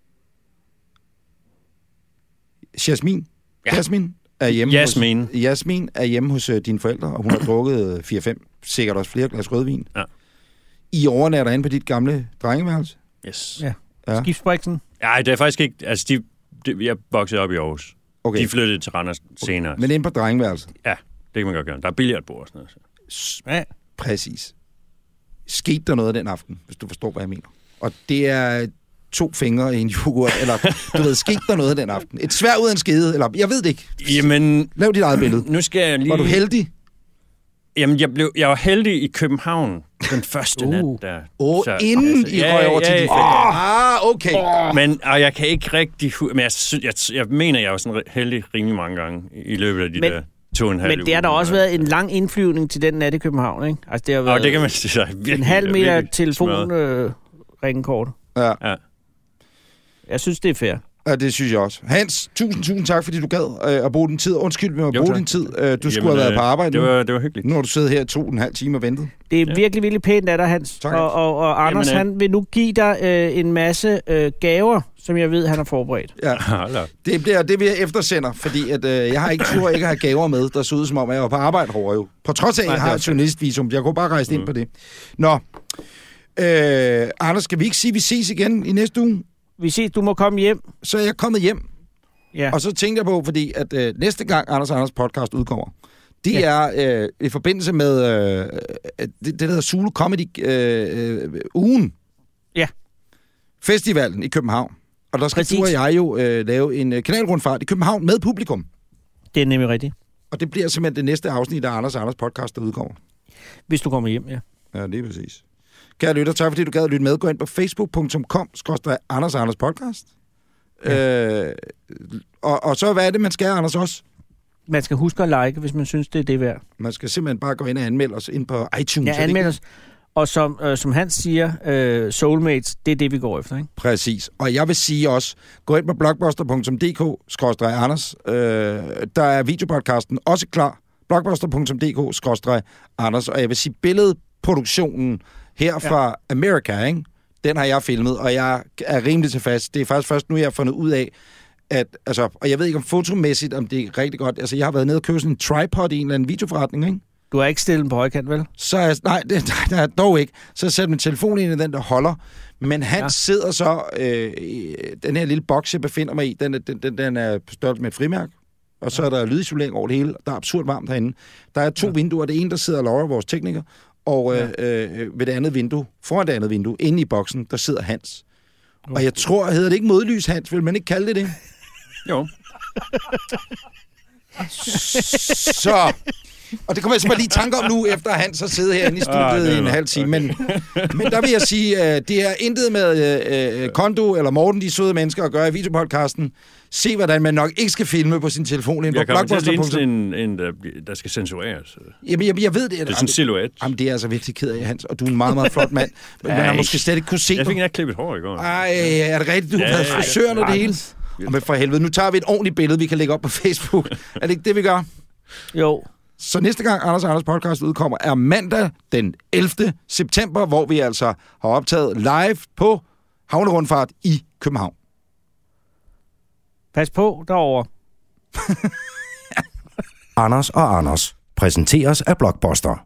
Jasmin, Ja. Jasmin er hjemme Jasmin. hos, Jasmin er hjemme hos uh, dine forældre, og hun har drukket fire fem, sikkert også flere glas rødvin. Ja. I overnatter hen på dit gamle drengeværelse. Yes. Ja. Ja. Skibsbriksen. Nej, det er faktisk ikke... Altså, de, de, jeg voksede op i Aarhus. Okay. De flyttede til Randers senere. Men inde på drengeværelset. Ja, det kan man godt gøre. Der er billiardbord og sådan noget. S- Ja. Præcis. Skete der noget den aften, hvis du forstår, hvad jeg mener? Og det er to fingre i en yoghurt, eller du ved, skete der noget den aften? Et svær ud af en skede, eller jeg ved det ikke. Jamen, Lav dit eget billede. nu skal jeg lige... Var du heldig? Jamen, jeg, blev, jeg var heldig i København den første Uh. nat der. Åh, Så- inden altså, I ja, røg over ja, til ja, dit ja. Ah, okay. Men og jeg kan ikke rigtig... hu- Men jeg, sy- jeg, jeg mener, jeg var sådan heldig rimelig mange gange i, i løbet af de Men- der to og en halv Men det har da uger. også været en lang indflyvning til den nat i København, ikke? Altså, det har været Og det kan man sige. så virkelig, en halv meter virkelig telefon smadret. øh, ringekort. Ja. Ja. Jeg synes, det er fair. Ja, det synes jeg også. Hans, tusind, tusind tak, fordi du gad øh, at bruge din tid. Undskyld mig at Jo, bruge tak. din tid. Øh, du Jamen, skulle have været øh, på arbejde det nu. var, det var hyggeligt. Nu har du siddet her i to og en halv time og ventet. Det er Ja. virkelig, virkelig pænt af dig, Hans. Tak, og, Hans. og, og Anders, Jamen, øh. han vil nu give dig øh, en masse øh, gaver, som jeg ved, han har forberedt. Ja. Hold op. Det bliver det, vi eftersender, fordi at, øh, jeg har ikke tur ikke at have gaver med, der så ud som om, at jeg var på arbejde hårdere jo. På trods af, at Nej, jeg det har er et journalistvisum. Jeg kunne bare rejse mm. ind på det. Nå. Øh, Anders, skal vi ikke sige, at vi ses igen i næste uge? Vi ses, du må komme hjem. Så er jeg kommet hjem, Ja. og så tænkte jeg på, fordi at øh, næste gang Anders og Anders podcast udkommer, det Ja. er øh, i forbindelse med øh, det, det, der hedder Zulu Comedy øh, øh, ugen. Ja. Festivalen i København. Og der skal Præcis. du og jeg jo øh, lave en øh, kanalrundfart i København med publikum. Det er nemlig rigtigt. Og det bliver simpelthen det næste afsnit af Anders og Anders podcast, der udkommer. Hvis du kommer hjem, ja. Ja, det er præcis. Kære lytter, tak fordi du gad at lytte med. Gå ind på facebook punktum com skråstreg Anders og Anders podcast. Ja. Øh, og, og så hvad er det, man skal, Anders, også? Man skal huske at like, hvis man synes, det er det værd. Man skal simpelthen bare gå ind og anmelde os ind på iTunes. Ja, er det anmeld ikke? os. Og som, øh, som han siger, øh, soulmates, det er det, vi går efter, ikke? Præcis. Og jeg vil sige også, gå ind på blockbuster punktum d k skråstreg Anders. Øh, der er videopodcasten også klar. blockbuster punktum d k skråstreg Anders. Og jeg vil sige, billedproduktionen her fra ja. America, ikke? Den har jeg filmet, og jeg er rimelig tilfreds. Det er faktisk først nu, jeg har fundet ud af, at, altså, og jeg ved ikke om fotomæssigt, om det er rigtig godt. Altså, jeg har været nede og købt sådan en tripod i en eller anden videoforretning, ikke? Du har ikke stillet den på højkant, vel? Så er, nej, det, nej, det er dog ikke. Så sætter min telefon ind i den, der holder. Men han ja. Ja. sidder så, øh, i den her lille boks, jeg befinder mig i, den, er- den, den, den er på størrelse med et frimærk. Og så er der lydisolering over det hele. Der er absurd varmt herinde. Der er to ja. vinduer. Det ene, der sidder Laura, vores tekniker, og øh, øh, ved det andet vindue, foran det andet vindue, inde i boksen, der sidder Hans. Og jeg tror, hedder det ikke modlys, Hans? Vil man ikke kalde det det? Jo. Så... Og det kommer jeg simpelthen lige i tanke om nu, efter at Hans har siddet herinde i studiet Ah, det i en var- halv time. Men, men der vil jeg sige, at det er intet med uh, Kondo eller Morten, de søde mennesker, at gøre i videopodcasten. Se, hvordan man nok ikke skal filme på sin telefon. Ind på Jeg kommer til at ligne blockbuster punktum- sådan en, en der, der skal censureres. Jamen, jeg, jeg ved det. Det er sådan en silhuet. Jamen, det er jeg altså virkelig ked af, Hans. Og du er en meget, meget flot mand. Men man har Ej. måske slet ikke kunne se Jeg fik dig. en klippet hår i går. Ej, er det rigtigt? Du har Ja, været ja, ja. frisøren og det hele. Og men for helvede, nu tager vi et ordentligt billede, vi kan lægge op på Facebook. Er det ikke det, vi gør? Jo. Så næste gang Anders og Anders podcast udkommer, er mandag den ellevte september, hvor vi altså har optaget live på havnerundfart i København. Pas på derovre. Anders og Anders præsenteres af Blockbuster.